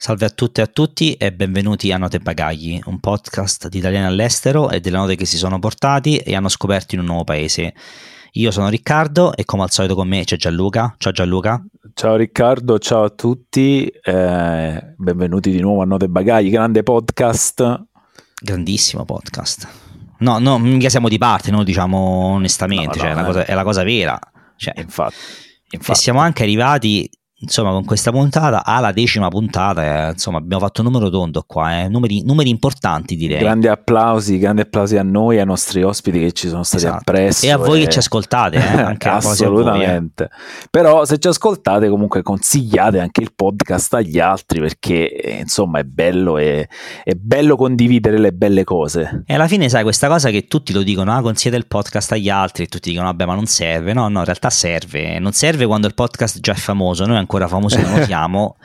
Salve a tutte e a tutti e benvenuti a Note e Bagagli, un podcast di italiani all'estero e delle note che si sono portati e hanno scoperto in un nuovo paese. Io sono Riccardo e come al solito con me c'è Gianluca. Ciao Gianluca. Ciao Riccardo, ciao a tutti, benvenuti di nuovo a Note e Bagagli, grande podcast. Grandissimo podcast. No, mica siamo di parte, noi diciamo onestamente, è la cosa vera. Infatti. E siamo anche arrivati, insomma, con questa puntata alla 10ª puntata, insomma abbiamo fatto un numero tondo qua, numeri importanti direi. Grandi applausi a noi, ai nostri ospiti che ci sono stati appresso. E a voi che ci ascoltate, anche assolutamente. Però se ci ascoltate comunque consigliate anche il podcast agli altri perché insomma è bello condividere le belle cose. E alla fine sai questa cosa che tutti lo dicono, consigliate il podcast agli altri e tutti dicono vabbè ma non serve, no in realtà serve, non serve quando il podcast già è famoso, noi ancora famosi non lo siamo.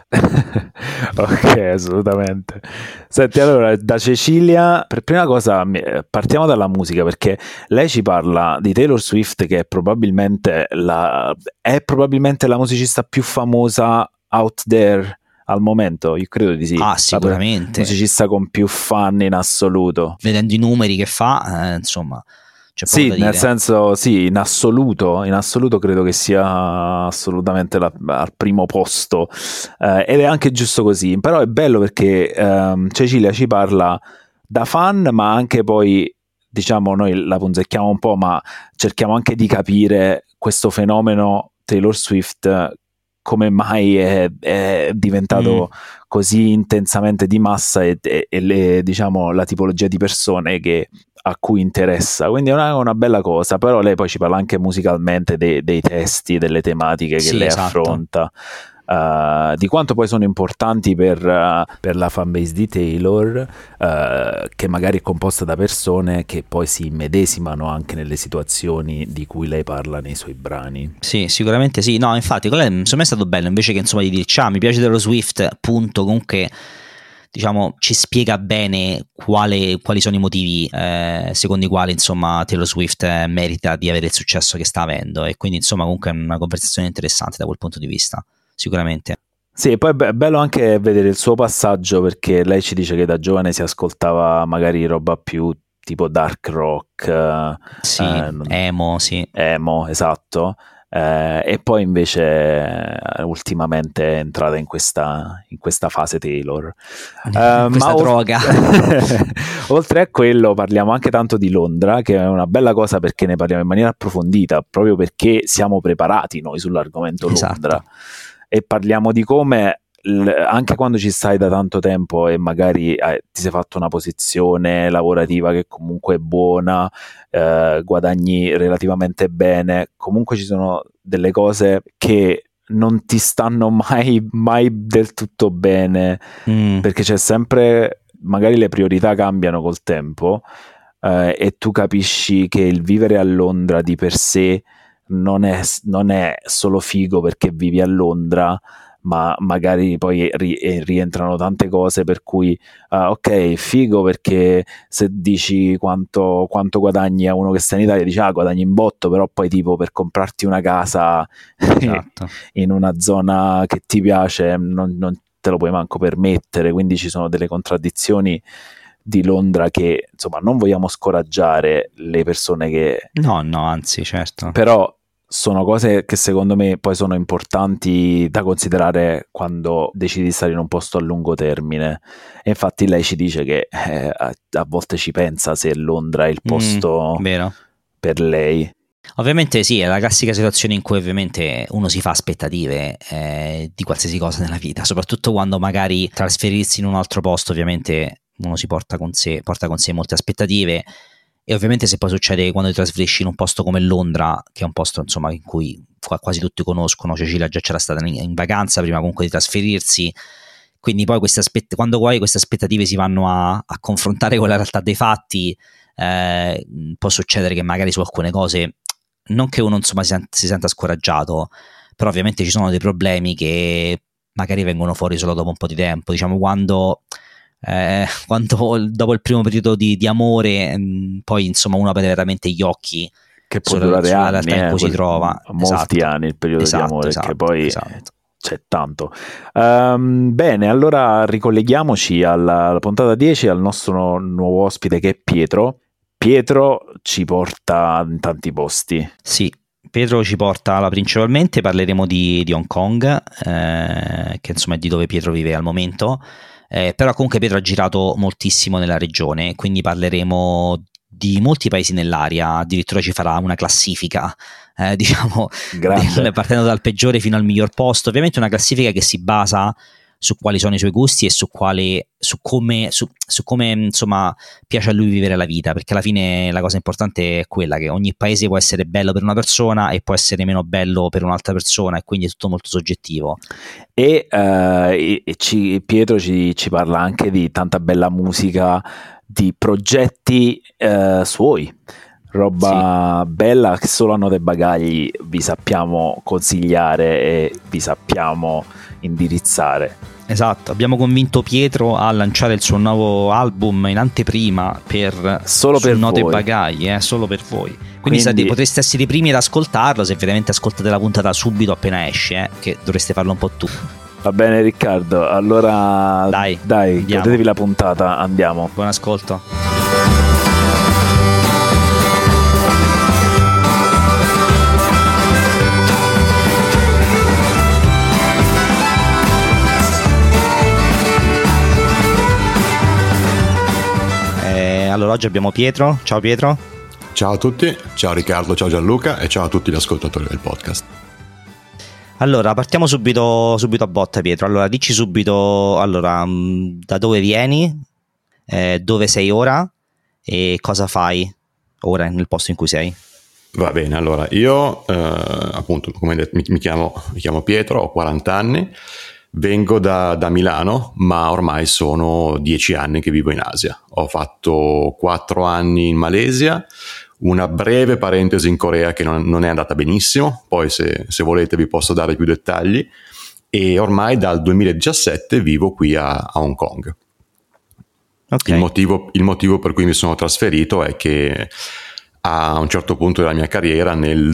Ok, assolutamente. Senti, allora da Cecilia, per prima cosa partiamo dalla musica perché lei ci parla di Taylor Swift che è probabilmente la musicista più famosa out there al momento, io credo di sì. Sicuramente. La musicista con più fan in assoluto. Vedendo i numeri che fa, insomma. Sì, nel senso, sì, in assoluto credo che sia assolutamente al primo posto, ed è anche giusto così, però è bello perché Cecilia ci parla da fan, ma anche poi, diciamo, noi la punzecchiamo un po', ma cerchiamo anche di capire questo fenomeno Taylor Swift, come mai è diventato così intensamente di massa e diciamo, la tipologia di persone a cui interessa, quindi è una bella cosa. Però lei poi ci parla anche musicalmente dei testi, delle tematiche che lei affronta, di quanto poi sono importanti per la fanbase di Taylor, che magari è composta da persone che poi si immedesimano anche nelle situazioni di cui lei parla nei suoi brani. Sì, sicuramente sì. No, infatti quello secondo me è stato bello, invece che insomma di dirci mi piace Taylor Swift, punto. Comunque diciamo ci spiega bene quali sono i motivi secondo i quali insomma Taylor Swift merita di avere il successo che sta avendo, e quindi insomma comunque è una conversazione interessante da quel punto di vista, sicuramente. Sì, poi è bello anche vedere il suo passaggio, perché lei ci dice che da giovane si ascoltava magari roba più tipo dark rock, emo, esatto. E poi invece ultimamente è entrata in questa fase Taylor, questa droga. Oltre a quello parliamo anche tanto di Londra, che è una bella cosa perché ne parliamo in maniera approfondita proprio perché siamo preparati noi sull'argomento Londra, e parliamo di come anche quando ci stai da tanto tempo e magari ti sei fatto una posizione lavorativa che comunque è buona, guadagni relativamente bene, comunque ci sono delle cose che non ti stanno mai del tutto bene, perché c'è sempre, magari le priorità cambiano col tempo, e tu capisci che il vivere a Londra di per sé non è solo figo perché vivi a Londra, ma magari poi rientrano tante cose per cui ok, figo perché se dici quanto guadagni a uno che sta in Italia, dici guadagni in botto, però poi tipo per comprarti una casa in una zona che ti piace non te lo puoi manco permettere, quindi ci sono delle contraddizioni di Londra che insomma non vogliamo scoraggiare le persone che no anzi, certo, però sono cose che secondo me poi sono importanti da considerare quando decidi di stare in un posto a lungo termine. E infatti lei ci dice che a volte ci pensa se Londra è il posto vero per lei. Ovviamente sì, è la classica situazione in cui ovviamente uno si fa aspettative di qualsiasi cosa nella vita, soprattutto quando magari trasferirsi in un altro posto, ovviamente uno si porta con sé molte aspettative. E ovviamente se poi succede quando ti trasferisci in un posto come Londra, che è un posto insomma in cui quasi tutti conoscono, Cecilia già c'era stata in vacanza prima comunque di trasferirsi, quindi poi quando poi queste aspettative si vanno a confrontare con la realtà dei fatti, può succedere che magari su alcune cose, non che uno insomma si senta scoraggiato, però ovviamente ci sono dei problemi che magari vengono fuori solo dopo un po' di tempo, diciamo quando dopo il primo periodo di amore, poi insomma uno apre veramente gli occhi che può durare anni, in cui si trova molti anni il periodo di amore, che poi c'è tanto. Bene, allora ricolleghiamoci alla puntata 10, al nostro nuovo ospite che è Pietro. Pietro ci porta in tanti posti. Sì, Pietro ci porta, principalmente parleremo di Hong Kong, che insomma è di dove Pietro vive al momento, però comunque Pietro ha girato moltissimo nella regione, quindi parleremo di molti paesi nell'area, addirittura ci farà una classifica, diciamo, partendo dal peggiore fino al miglior posto, ovviamente una classifica che si basa su quali sono i suoi gusti e su come insomma piace a lui vivere la vita, perché alla fine la cosa importante è quella che ogni paese può essere bello per una persona e può essere meno bello per un'altra persona, e quindi è tutto molto soggettivo. E Pietro ci parla anche di tanta bella musica, di progetti suoi, roba bella che solo a Note Bagagli vi sappiamo consigliare e vi sappiamo indirizzare. Esatto, abbiamo convinto Pietro a lanciare il suo nuovo album in anteprima solo per Note voi. Bagagli, solo per voi. Quindi potreste essere i primi ad ascoltarlo, se veramente ascoltate la puntata subito appena esce, che dovreste farlo un po' tu. Va bene Riccardo, allora dai godetevi la puntata, andiamo. Buon ascolto. Allora oggi abbiamo Pietro. Ciao Pietro. Ciao a tutti, ciao Riccardo, ciao Gianluca e ciao a tutti gli ascoltatori del podcast. Allora, partiamo subito a botta, Pietro. Allora, dici subito, da dove vieni, dove sei ora e cosa fai ora nel posto in cui sei. Va bene, allora io appunto, come detto, mi chiamo Pietro, ho 40 anni, vengo da Milano, ma ormai sono 10 anni che vivo in Asia. Ho fatto 4 anni in Malesia, una breve parentesi in Corea che non è andata benissimo, poi se volete vi posso dare più dettagli, e ormai dal 2017 vivo qui a Hong Kong. Okay. Il motivo per cui mi sono trasferito è che a un certo punto della mia carriera, nel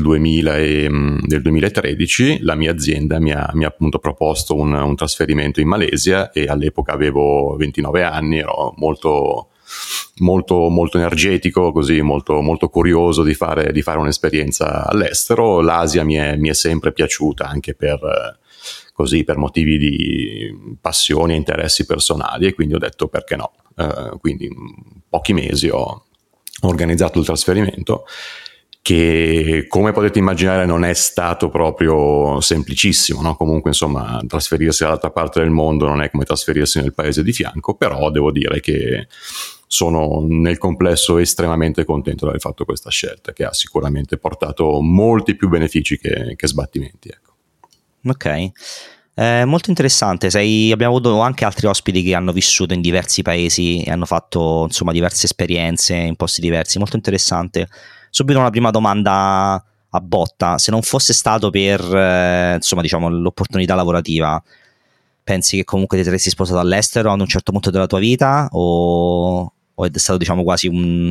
2013, la mia azienda mi ha appunto proposto un trasferimento in Malesia, e all'epoca avevo 29 anni, ero molto energetico, così molto curioso di fare un'esperienza all'estero. L'Asia mi è sempre piaciuta, anche per motivi di passioni e interessi personali, e quindi ho detto perché no. Quindi in pochi mesi ho organizzato il trasferimento, che come potete immaginare non è stato proprio semplicissimo, no? Comunque insomma, trasferirsi dall'altra parte del mondo non è come trasferirsi nel paese di fianco, però devo dire che sono nel complesso estremamente contento di aver fatto questa scelta, che ha sicuramente portato molti più benefici che sbattimenti, ecco. Ok. Molto interessante. Abbiamo avuto anche altri ospiti che hanno vissuto in diversi paesi e hanno fatto insomma diverse esperienze in posti diversi. Molto interessante. Subito una prima domanda a botta: se non fosse stato per l'opportunità lavorativa, pensi che comunque ti saresti sposato all'estero ad un certo punto della tua vita, o è stato quasi un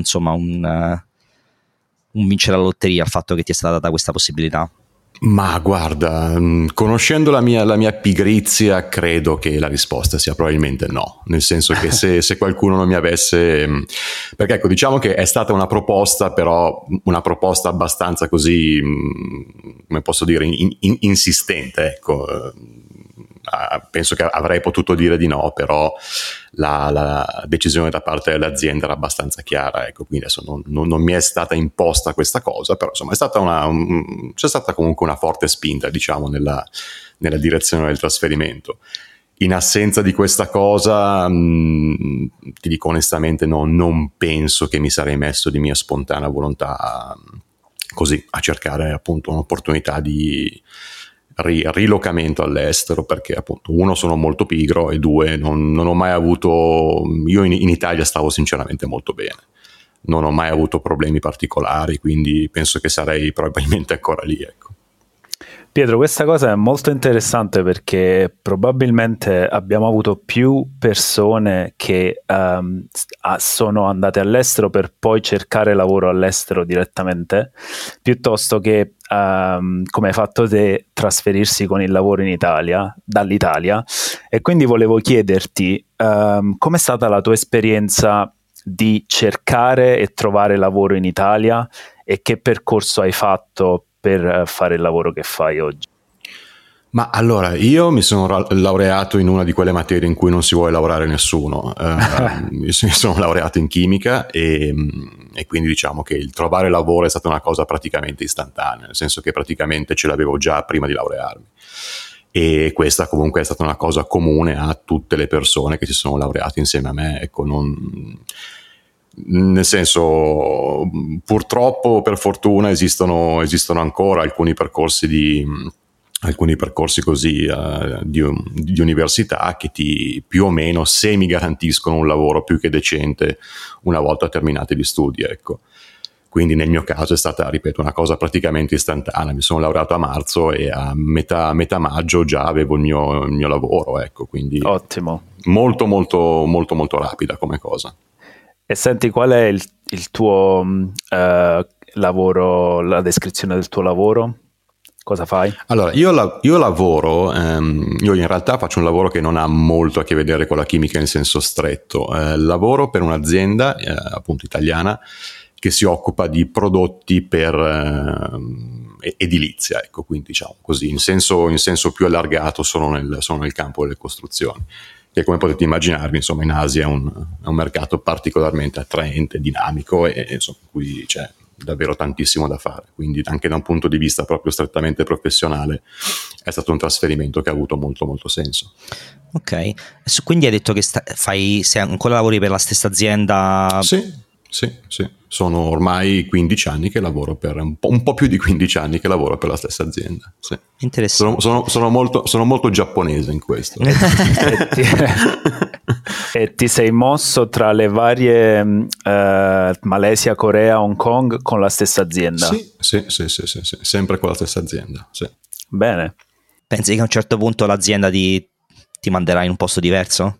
vincere la lotteria il fatto che ti è stata data questa possibilità? Ma guarda, conoscendo la mia pigrizia, credo che la risposta sia probabilmente no, nel senso che se qualcuno non mi avesse, perché ecco, diciamo che è stata una proposta, però una proposta abbastanza così, come posso dire, insistente, ecco. Penso che avrei potuto dire di no, però la decisione da parte dell'azienda era abbastanza chiara, ecco, quindi adesso non mi è stata imposta questa cosa, però insomma è stata c'è stata comunque una forte spinta, diciamo, nella direzione del trasferimento. In assenza di questa cosa, ti dico onestamente, non penso che mi sarei messo di mia spontanea volontà così a cercare appunto un'opportunità di rilocamento all'estero, perché appunto, uno, sono molto pigro, e due, non ho mai avuto, io in Italia stavo sinceramente molto bene, non ho mai avuto problemi particolari, quindi penso che sarei probabilmente ancora lì, ecco. Pietro, questa cosa è molto interessante perché probabilmente abbiamo avuto più persone che sono andate all'estero per poi cercare lavoro all'estero direttamente, piuttosto che, come hai fatto te, trasferirsi con il lavoro in Italia, dall'Italia. E quindi volevo chiederti com'è stata la tua esperienza di cercare e trovare lavoro in Italia e che percorso hai fatto per fare il lavoro che fai oggi? Ma allora, io mi sono laureato in una di quelle materie in cui non si vuole lavorare nessuno. Mi sono laureato in chimica e quindi diciamo che il trovare lavoro è stata una cosa praticamente istantanea, nel senso che praticamente ce l'avevo già prima di laurearmi. E questa comunque è stata una cosa comune a tutte le persone che si sono laureate insieme a me. Ecco, nel senso, purtroppo, per fortuna, esistono ancora alcuni percorsi così di università che ti più o meno semi garantiscono un lavoro più che decente una volta terminati gli studi, ecco. Quindi nel mio caso è stata, ripeto, una cosa praticamente istantanea. Mi sono laureato a marzo e a metà maggio già avevo il mio lavoro, ecco. Quindi ottimo, molto molto molto molto rapida come cosa. E senti, qual è il tuo lavoro, la descrizione del tuo lavoro? Cosa fai? Allora, io lavoro, io in realtà faccio un lavoro che non ha molto a che vedere con la chimica in senso stretto. Lavoro per un'azienda, appunto italiana, che si occupa di prodotti per edilizia, ecco, quindi diciamo così, in senso più allargato sono nel campo delle costruzioni, che come potete immaginarvi, insomma, in Asia è un mercato particolarmente attraente, dinamico e insomma, in cui c'è davvero tantissimo da fare, quindi anche da un punto di vista proprio strettamente professionale è stato un trasferimento che ha avuto molto molto senso. Ok, quindi hai detto che se ancora lavori per la stessa azienda? Sì, sono ormai 15 anni che lavoro per un po' più di 15 anni che lavoro per la stessa azienda. Sì. Interessante. Sono molto giapponese in questo. E ti sei mosso tra le varie Malesia, Corea, Hong Kong con la stessa azienda? Sì, sempre con la stessa azienda. Sì. Bene. Pensi che a un certo punto l'azienda ti manderà in un posto diverso?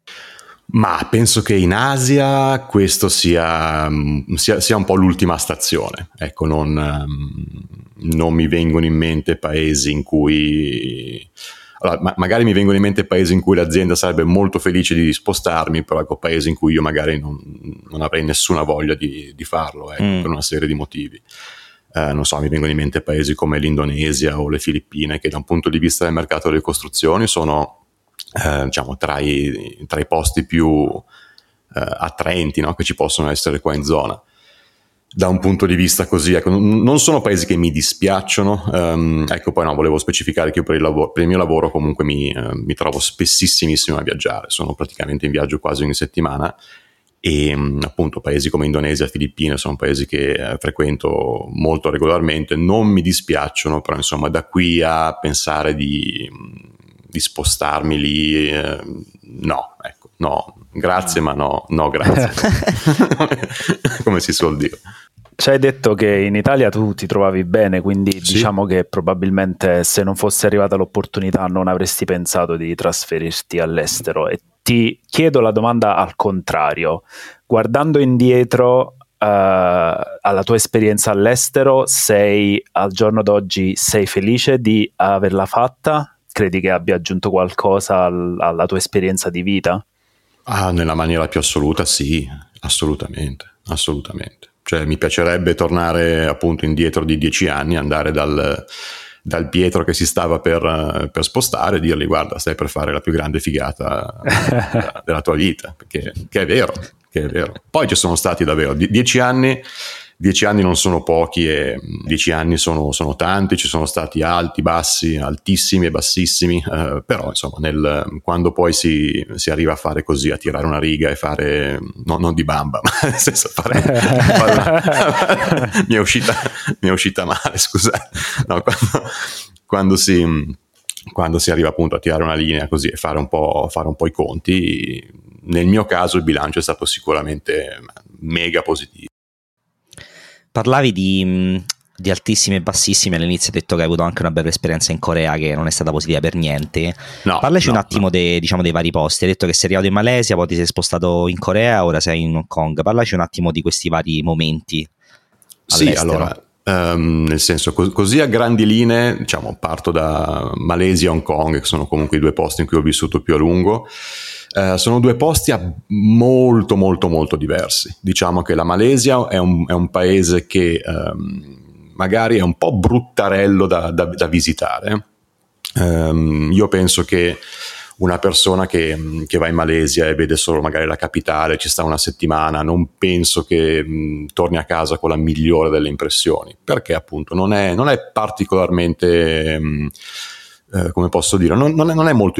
Ma penso che in Asia questo sia un po' l'ultima stazione. Ecco, non mi vengono in mente paesi in cui... Allora, magari mi vengono in mente paesi in cui l'azienda sarebbe molto felice di spostarmi, però ecco, paesi in cui io magari non avrei nessuna voglia di farlo, ecco, per una serie di motivi. Non so, mi vengono in mente paesi come l'Indonesia o le Filippine, che da un punto di vista del mercato delle costruzioni sono diciamo tra i posti più attraenti, no? Che ci possono essere qua in zona. Da un punto di vista così, ecco, non sono paesi che mi dispiacciono, ecco, poi no, volevo specificare che io per il mio lavoro comunque mi trovo spessissimissimo a viaggiare, sono praticamente in viaggio quasi ogni settimana e appunto paesi come Indonesia e Filippine sono paesi che frequento molto regolarmente, non mi dispiacciono, però insomma da qui a pensare di spostarmi lì, no, ecco, no, grazie, ma no, grazie. Come si suol dire. Ci hai detto che in Italia tu ti trovavi bene, quindi sì, diciamo che probabilmente se non fosse arrivata l'opportunità non avresti pensato di trasferirti all'estero. E ti chiedo la domanda al contrario. Guardando indietro alla tua esperienza all'estero, al giorno d'oggi sei felice di averla fatta? Credi che abbia aggiunto qualcosa alla tua esperienza di vita? Nella maniera più assoluta sì, assolutamente. Cioè mi piacerebbe tornare appunto indietro di 10 anni, andare dal Pietro che si stava per spostare e dirgli guarda, stai per fare la più grande figata della tua vita, perché che è vero. Poi ci sono stati davvero 10 anni. 10 anni non sono pochi e 10 anni sono tanti, ci sono stati alti, bassi, altissimi e bassissimi, però insomma quando poi si arriva a fare così, a tirare una riga e fare, no, non di bamba, ma nel senso mi è uscita male, scusate, no, quando si arriva appunto a tirare una linea così e fare un po' i conti, nel mio caso il bilancio è stato sicuramente mega positivo. Parlavi di di altissime e bassissime. All'inizio hai detto che hai avuto anche una bella esperienza in Corea che non è stata positiva per niente. Parlaci un attimo dei vari posti. Hai detto che sei arrivato in Malesia, poi ti sei spostato in Corea, ora sei in Hong Kong. Parlaci un attimo di questi vari momenti all'estero. Sì, allora, nel senso, così a grandi linee, diciamo, parto da Malesia e Hong Kong, che sono comunque i due posti in cui ho vissuto più a lungo. Sono due posti molto molto molto diversi. Diciamo che la Malesia è un paese che magari è un po' bruttarello da visitare. Io penso che una persona che va in Malesia e vede solo magari la capitale, ci sta una settimana, non penso che torni a casa con la migliore delle impressioni, perché appunto non è particolarmente, come posso dire, non è molto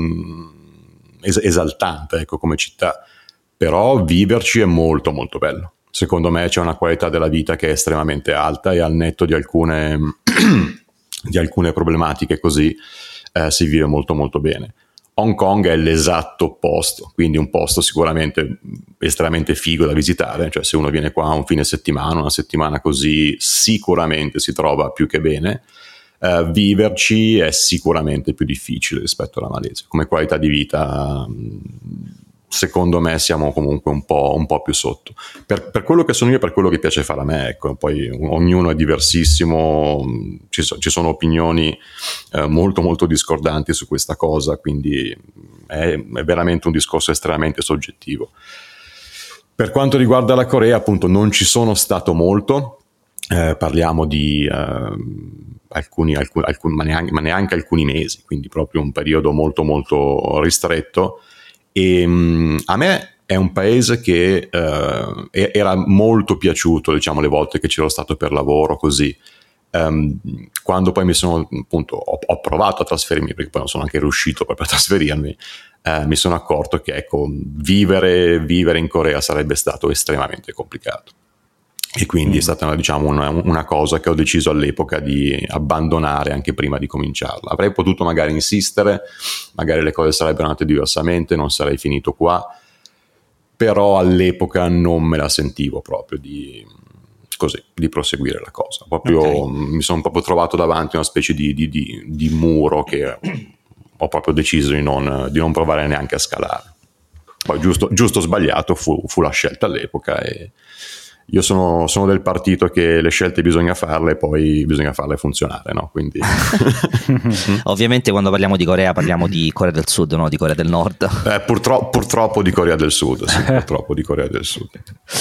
esaltante, ecco, come città, però viverci è molto molto bello. Secondo me c'è una qualità della vita che è estremamente alta, e al netto di alcune problematiche così si vive molto molto bene. Hong Kong è l'esatto opposto, quindi un posto sicuramente estremamente figo da visitare, cioè se uno viene qua un fine settimana, una settimana così, sicuramente si trova più che bene. Viverci è sicuramente più difficile rispetto alla Malesia. Come qualità di vita, secondo me siamo comunque un po' più sotto. Per quello che sono io e per quello che piace fare a me, ecco. Poi ognuno è diversissimo, ci sono opinioni molto molto discordanti su questa cosa, quindi è veramente un discorso estremamente soggettivo. Per quanto riguarda la Corea, appunto, non ci sono stato molto. Parliamo di alcuni, ma neanche alcuni mesi, quindi proprio un periodo molto molto ristretto. E a me è un paese che era molto piaciuto, diciamo, le volte che c'ero stato per lavoro, così. Quando poi ho provato a trasferirmi, perché poi non sono anche riuscito proprio a trasferirmi, mi sono accorto che, ecco, vivere in Corea sarebbe stato estremamente complicato. E quindi è stata, diciamo, una cosa che ho deciso all'epoca di abbandonare anche prima di cominciarla. Avrei potuto magari insistere, magari le cose sarebbero andate diversamente, non sarei finito qua, però all'epoca non me la sentivo proprio di proseguire la cosa. Proprio mi sono proprio trovato davanti a una specie di muro che ho proprio deciso di non provare neanche a scalare. Poi giusto o sbagliato fu la scelta all'epoca, e io sono del partito che le scelte bisogna farle, e poi bisogna farle funzionare, no? Quindi ovviamente quando parliamo di Corea parliamo di Corea del Sud, no? Di Corea del Nord. Purtroppo di Corea del Sud, sì, purtroppo di Corea del Sud.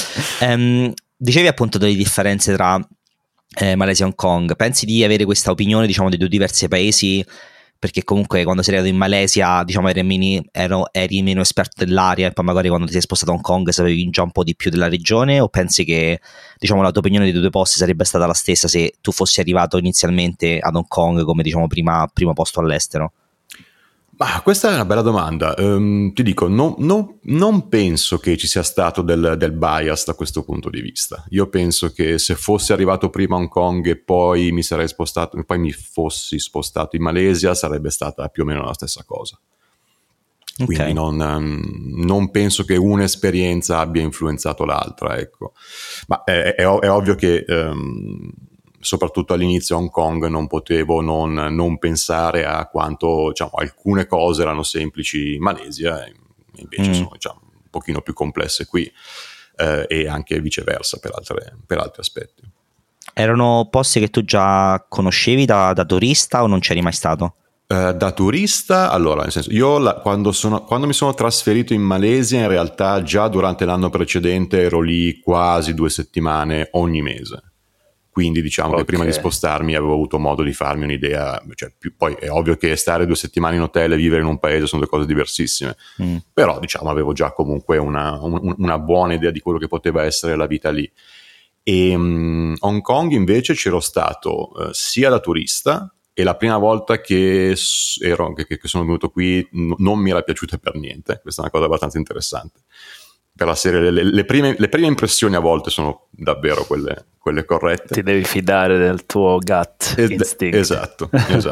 Dicevi appunto delle differenze tra Malesia e Hong Kong. Pensi di avere questa opinione, diciamo, dei due diversi paesi? Perché comunque quando sei arrivato in Malesia, diciamo, eri meno esperto dell'area, e poi magari quando ti sei spostato a Hong Kong sapevi già un po' di più della regione? O pensi che, diciamo, la tua opinione dei due posti sarebbe stata la stessa se tu fossi arrivato inizialmente ad Hong Kong come, diciamo, primo posto all'estero? Ma questa è una bella domanda. Ti dico, non penso che ci sia stato del bias da questo punto di vista. Io penso che se fossi arrivato prima a Hong Kong e poi mi fossi spostato in Malesia, sarebbe stata più o meno la stessa cosa. Quindi non penso che un'esperienza abbia influenzato l'altra, ecco. Ma è ovvio che soprattutto all'inizio a Hong Kong non potevo non pensare a quanto, diciamo, alcune cose erano semplici in Malesia e invece sono, diciamo, un pochino più complesse qui, e anche viceversa per altri aspetti. Erano posti che tu già conoscevi da turista o non c'eri mai stato? Da turista, allora, nel senso, io quando mi sono trasferito in Malesia, in realtà già durante l'anno precedente ero lì quasi 2 settimane ogni mese. Quindi diciamo che prima di spostarmi avevo avuto modo di farmi un'idea, cioè, poi è ovvio che stare 2 settimane in hotel e vivere in un paese sono due cose diversissime, però diciamo avevo già comunque una buona idea di quello che poteva essere la vita lì. E Hong Kong invece c'ero stato sia da turista, e la prima volta che sono venuto qui non mi era piaciuta per niente. Questa è una cosa abbastanza interessante. Per la serie, le prime impressioni a volte sono davvero quelle corrette. Ti devi fidare del tuo gut instinct. Esatto.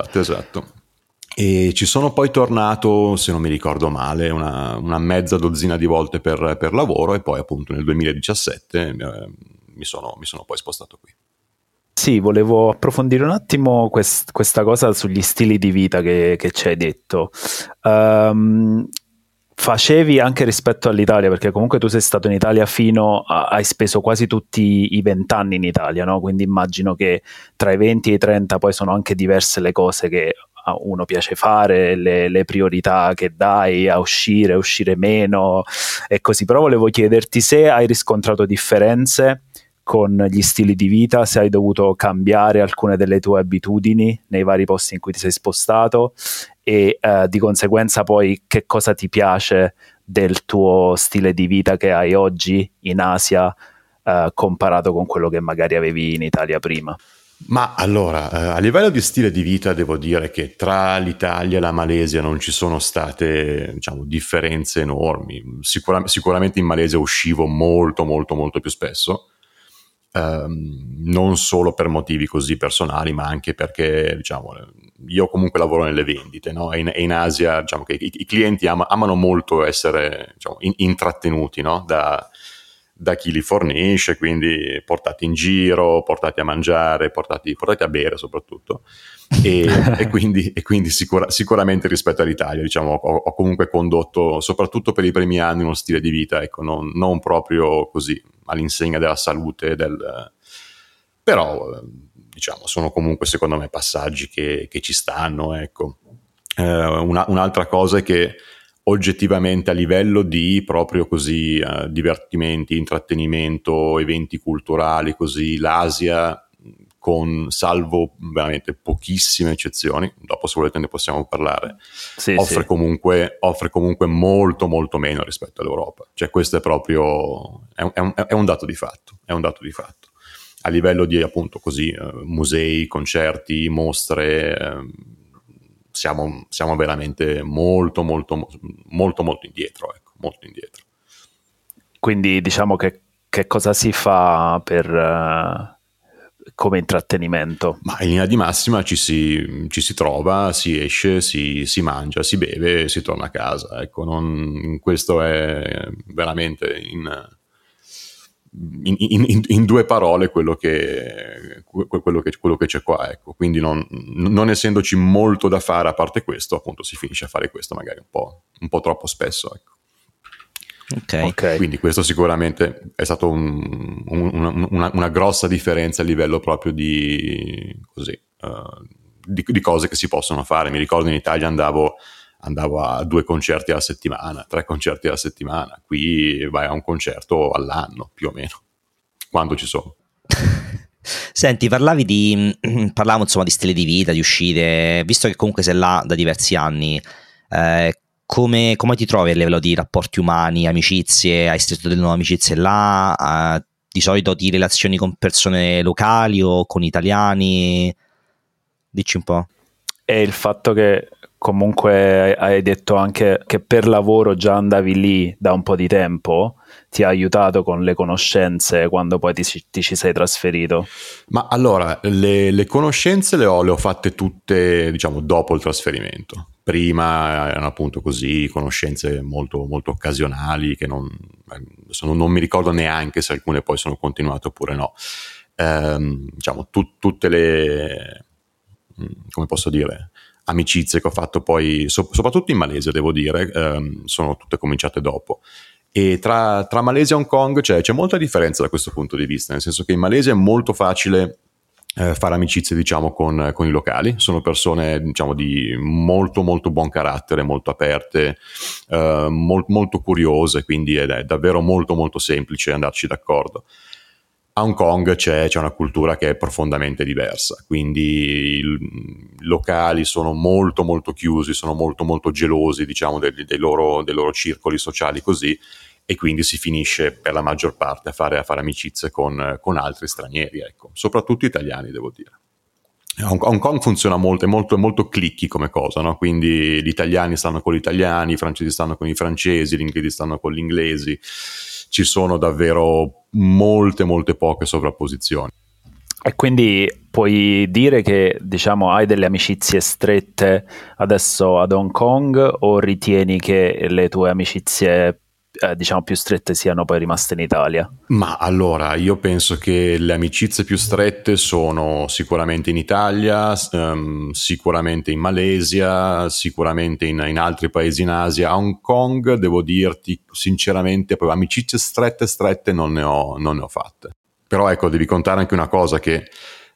E ci sono poi tornato, se non mi ricordo male, una mezza dozzina di volte per lavoro, e poi appunto nel 2017 mi sono poi spostato qui. Sì, volevo approfondire un attimo questa cosa sugli stili di vita che ci hai detto. Facevi anche rispetto all'Italia, perché comunque tu sei stato in Italia hai speso quasi tutti i 20 anni in Italia, no? Quindi immagino che tra i 20 e i 30 poi sono anche diverse le cose che a uno piace fare, le priorità che dai a uscire meno e così. Però volevo chiederti se hai riscontrato differenze con gli stili di vita, se hai dovuto cambiare alcune delle tue abitudini nei vari posti in cui ti sei spostato e di conseguenza poi che cosa ti piace del tuo stile di vita che hai oggi in Asia comparato con quello che magari avevi in Italia prima. Ma allora, a livello di stile di vita devo dire che tra l'Italia e la Malesia non ci sono state, diciamo, differenze enormi. Sicuramente in Malesia uscivo molto più spesso. Non solo per motivi così personali, ma anche perché, diciamo, io comunque lavoro nelle vendite, no? E in Asia, diciamo che i clienti amano molto essere, diciamo, intrattenuti, no? Da chi li fornisce, quindi portati in giro, portati a mangiare, portati a bere soprattutto. E quindi sicuramente rispetto all'Italia, diciamo, ho comunque condotto, soprattutto per i primi anni, uno stile di vita, ecco, non proprio così all'insegna della salute, però diciamo sono comunque secondo me passaggi che ci stanno, ecco. Un'altra cosa è che oggettivamente a livello di proprio così divertimenti, intrattenimento, eventi culturali, così l'Asia, salvo veramente pochissime eccezioni, dopo se volete ne possiamo parlare, offre comunque molto meno rispetto all'Europa. Cioè questo è proprio è un dato di fatto, a livello di appunto così musei, concerti, mostre, siamo veramente molto indietro, ecco, molto indietro. Quindi diciamo che cosa si fa per come intrattenimento? Ma in linea di massima ci si trova, si esce, si mangia, si beve, si torna a casa. Ecco, questo è veramente in due parole quello che c'è qua. Ecco. Quindi non essendoci molto da fare a parte questo, appunto si finisce a fare questo magari un po' troppo spesso. Ecco. Okay. Quindi questo sicuramente è stato una grossa differenza a livello proprio di cose che si possono fare. Mi ricordo in Italia andavo a 2 concerti alla settimana, 3 concerti alla settimana. Qui vai a un concerto all'anno più o meno, quando ci sono. Senti, parlavamo insomma di stile di vita, di uscite, visto che comunque sei là da diversi anni, come ti trovi a livello di rapporti umani, amicizie? Hai stretto delle nuove amicizie là? Di solito ti relazioni con persone locali o con italiani? Dici un po'. E il fatto che comunque hai detto anche che per lavoro già andavi lì da un po' di tempo, ti ha aiutato con le conoscenze quando poi ti ci sei trasferito? Ma allora, le conoscenze le ho fatte tutte, diciamo, dopo il trasferimento. Prima erano appunto così, conoscenze molto occasionali che non mi ricordo neanche se alcune poi sono continuate oppure no. Diciamo, tutte le, come posso dire, amicizie che ho fatto poi, soprattutto in Malesia devo dire, sono tutte cominciate dopo. E tra Malesia e Hong Kong c'è molta differenza da questo punto di vista, nel senso che in Malesia è molto facile fare amicizie, diciamo, con i locali. Sono persone, diciamo, di molto buon carattere, molto aperte, molto curiose, quindi è davvero molto semplice andarci d'accordo. A Hong Kong c'è una cultura che è profondamente diversa, quindi i locali sono molto chiusi, sono molto gelosi, diciamo, dei loro circoli sociali così, e quindi si finisce per la maggior parte a fare amicizie con altri stranieri, ecco, soprattutto italiani, devo dire. Hong Kong funziona molto clicky come cosa, no? Quindi gli italiani stanno con gli italiani, i francesi stanno con i francesi, gli inglesi stanno con gli inglesi. Ci sono davvero molte poche sovrapposizioni. E quindi puoi dire che, diciamo, hai delle amicizie strette adesso ad Hong Kong, o ritieni che le tue amicizie diciamo più strette siano poi rimaste in Italia? Ma allora, io penso che le amicizie più strette sono sicuramente in Italia, sicuramente in Malesia, sicuramente in altri paesi in Asia. A Hong Kong, devo dirti sinceramente, proprio amicizie strette non ne ho fatte. Però ecco, devi contare anche una cosa che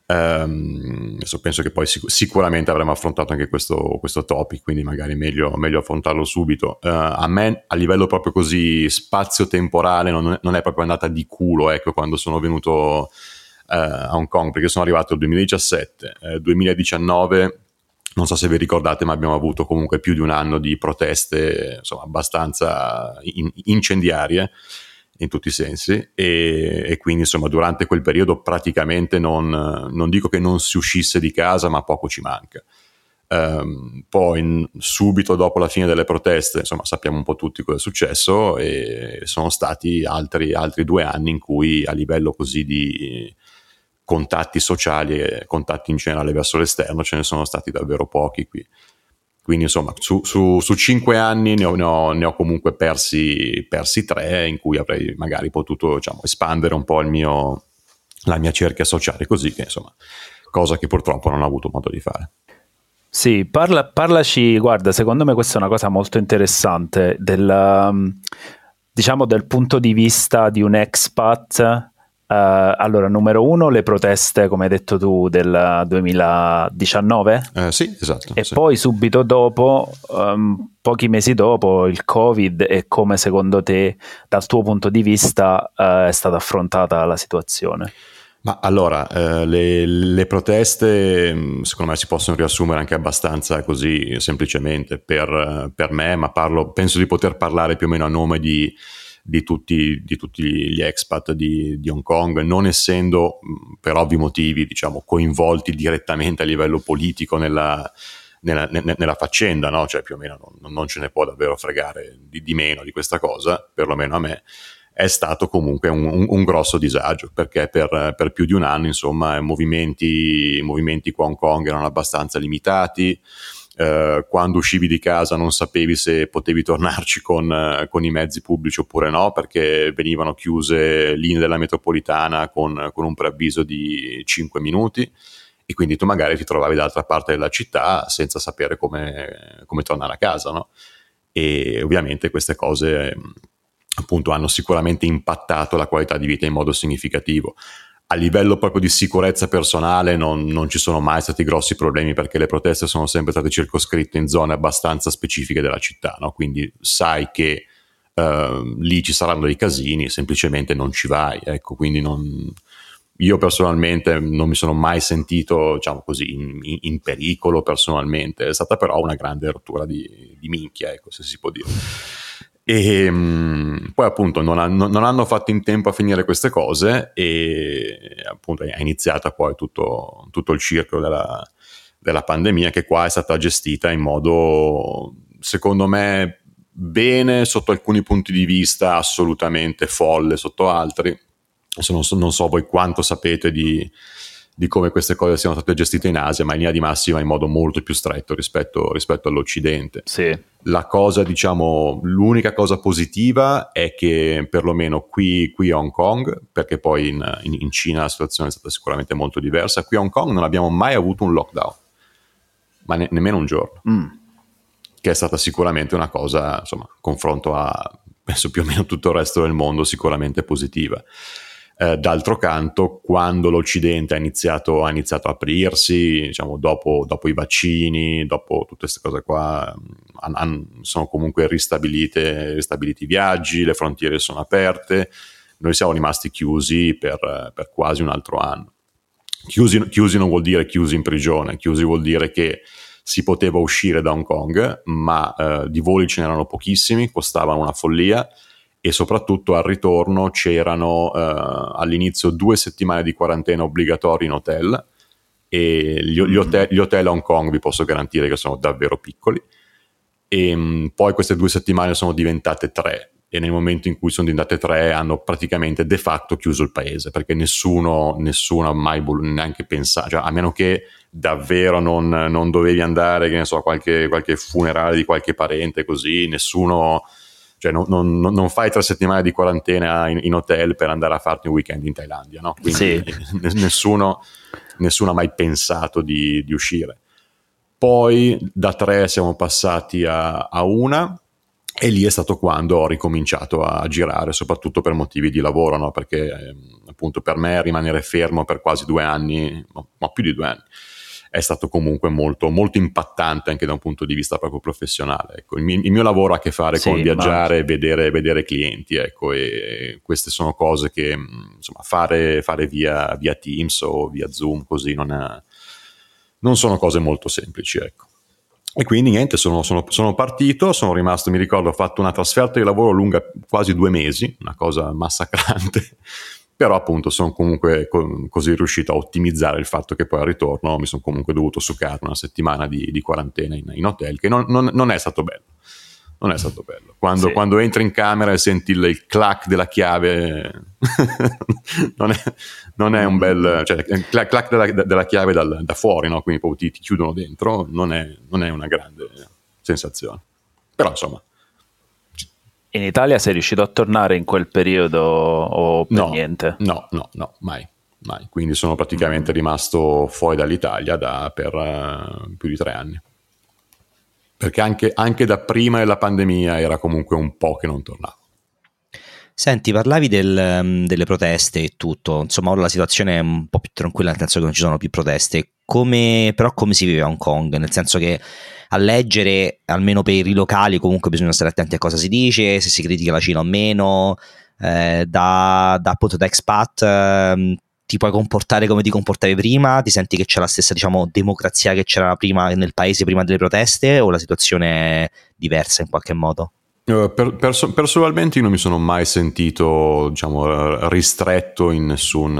adesso penso che poi sicuramente avremo affrontato anche questo topic, quindi magari meglio affrontarlo subito. A me a livello proprio così spazio-temporale non è proprio andata di culo, ecco, quando sono venuto a Hong Kong, perché sono arrivato nel 2017, 2019 non so se vi ricordate, ma abbiamo avuto comunque più di un anno di proteste, insomma, abbastanza incendiarie in tutti i sensi, e quindi insomma durante quel periodo praticamente non dico che non si uscisse di casa, ma poco ci manca. Poi subito dopo la fine delle proteste, insomma, sappiamo un po' tutti cosa è successo, e sono stati altri 2 anni in cui a livello così di contatti sociali e contatti in generale verso l'esterno ce ne sono stati davvero pochi qui. Quindi insomma su 5 anni ne ho comunque persi 3, in cui avrei magari potuto, diciamo, espandere un po' la mia cerchia sociale, così che insomma, cosa che purtroppo non ho avuto modo di fare. Sì, parlaci, guarda, secondo me questa è una cosa molto interessante diciamo del punto di vista di un expat. Allora, numero 1, le proteste, come hai detto tu, del 2019? Sì, esatto. E sì. poi subito dopo, pochi mesi dopo, il Covid, e come secondo te, dal tuo punto di vista, è stata affrontata la situazione? Ma allora, le proteste secondo me si possono riassumere anche abbastanza così semplicemente per me, ma penso di poter parlare più o meno a nome di tutti gli expat di Hong Kong, non essendo per ovvi motivi, diciamo, coinvolti direttamente a livello politico nella faccenda, no? Cioè più o meno non ce ne può davvero fregare di meno di questa cosa, perlomeno a me. È stato comunque un grosso disagio, perché per più di un anno, insomma, movimenti qua a Hong Kong erano abbastanza limitati. Quando uscivi di casa non sapevi se potevi tornarci con i mezzi pubblici oppure no, perché venivano chiuse linee della metropolitana con un preavviso di 5 minuti, e quindi tu magari ti trovavi dall'altra parte della città senza sapere come tornare a casa, no? E ovviamente queste cose appunto hanno sicuramente impattato la qualità di vita in modo significativo. A livello proprio di sicurezza personale non ci sono mai stati grossi problemi, perché le proteste sono sempre state circoscritte in zone abbastanza specifiche della città, no? Quindi sai che lì ci saranno dei casini, semplicemente non ci vai, ecco. Quindi io personalmente non mi sono mai sentito, diciamo così, in pericolo personalmente. È stata però una grande rottura di minchia, ecco, se si può dire. E poi appunto non hanno fatto in tempo a finire queste cose, e appunto è iniziata poi tutto il circolo della pandemia, che qua è stata gestita in modo, secondo me, bene sotto alcuni punti di vista, assolutamente folle sotto altri. Non so voi quanto sapete di come queste cose siano state gestite in Asia, ma in linea di massima in modo molto più stretto rispetto all'Occidente. Sì. La cosa, diciamo, l'unica cosa positiva è che perlomeno qui a Hong Kong, perché poi in Cina la situazione è stata sicuramente molto diversa, qui a Hong Kong non abbiamo mai avuto un lockdown, ma nemmeno un giorno, che è stata sicuramente una cosa, insomma, confronto a penso più o meno tutto il resto del mondo, sicuramente positiva. D'altro canto, quando l'Occidente ha iniziato a aprirsi, diciamo dopo i vaccini, dopo tutte queste cose qua, sono comunque ristabiliti i viaggi, le frontiere sono aperte, noi siamo rimasti chiusi per quasi un altro anno. Chiusi non vuol dire chiusi in prigione, chiusi vuol dire che si poteva uscire da Hong Kong, ma di voli ce n'erano pochissimi, costavano una follia, e soprattutto al ritorno c'erano all'inizio 2 settimane di quarantena obbligatorie in hotel, e gli hotel a Hong Kong vi posso garantire che sono davvero piccoli, e poi queste 2 settimane sono diventate 3, e nel momento in cui sono diventate 3 hanno praticamente de facto chiuso il paese, perché nessuno ha mai neanche pensato, cioè, a meno che davvero non dovevi andare, che ne so, qualche funerale di qualche parente, così nessuno Cioè non fai 3 settimane di quarantena in hotel per andare a farti un weekend in Thailandia, no? Quindi sì. nessuno ha mai pensato di uscire. Poi da 3 siamo passati a 1, e lì è stato quando ho ricominciato a girare, soprattutto per motivi di lavoro, no? Perché appunto per me rimanere fermo per quasi 2 anni, ma più di 2 anni, è stato comunque molto, molto impattante anche da un punto di vista proprio professionale. Ecco, il mio lavoro ha a che fare con viaggiare e vedere clienti, ecco, e queste sono cose che insomma fare via Teams o via Zoom così non sono cose molto semplici, ecco. E quindi niente, sono partito, sono rimasto, mi ricordo, ho fatto una trasferta di lavoro lunga quasi 2 mesi, una cosa massacrante, però appunto sono comunque così riuscito a ottimizzare il fatto che poi al ritorno mi sono comunque dovuto succare una settimana di quarantena in hotel, che non è stato bello. Non è stato bello. Quando entri in camera e senti il clack della chiave, non è un bel... Cioè, il clack della chiave da fuori, no? Quindi proprio ti chiudono dentro, non è una grande sensazione. Però insomma... In Italia sei riuscito a tornare in quel periodo o per niente? No, mai. Quindi sono praticamente rimasto fuori dall'Italia per più di 3 anni. Perché anche da prima della pandemia era comunque un po' che non tornavo. Senti, parlavi delle proteste e tutto, insomma ora la situazione è un po' più tranquilla, nel senso che non ci sono più proteste, però come si vive a Hong Kong? Nel senso che a leggere, almeno per i locali, comunque bisogna stare attenti a cosa si dice, se si critica la Cina o meno, appunto da expat ti puoi comportare come ti comportavi prima, ti senti che c'è la stessa, diciamo, democrazia che c'era prima nel paese prima delle proteste, o la situazione è diversa in qualche modo? Personalmente io non mi sono mai sentito, diciamo, ristretto in nessun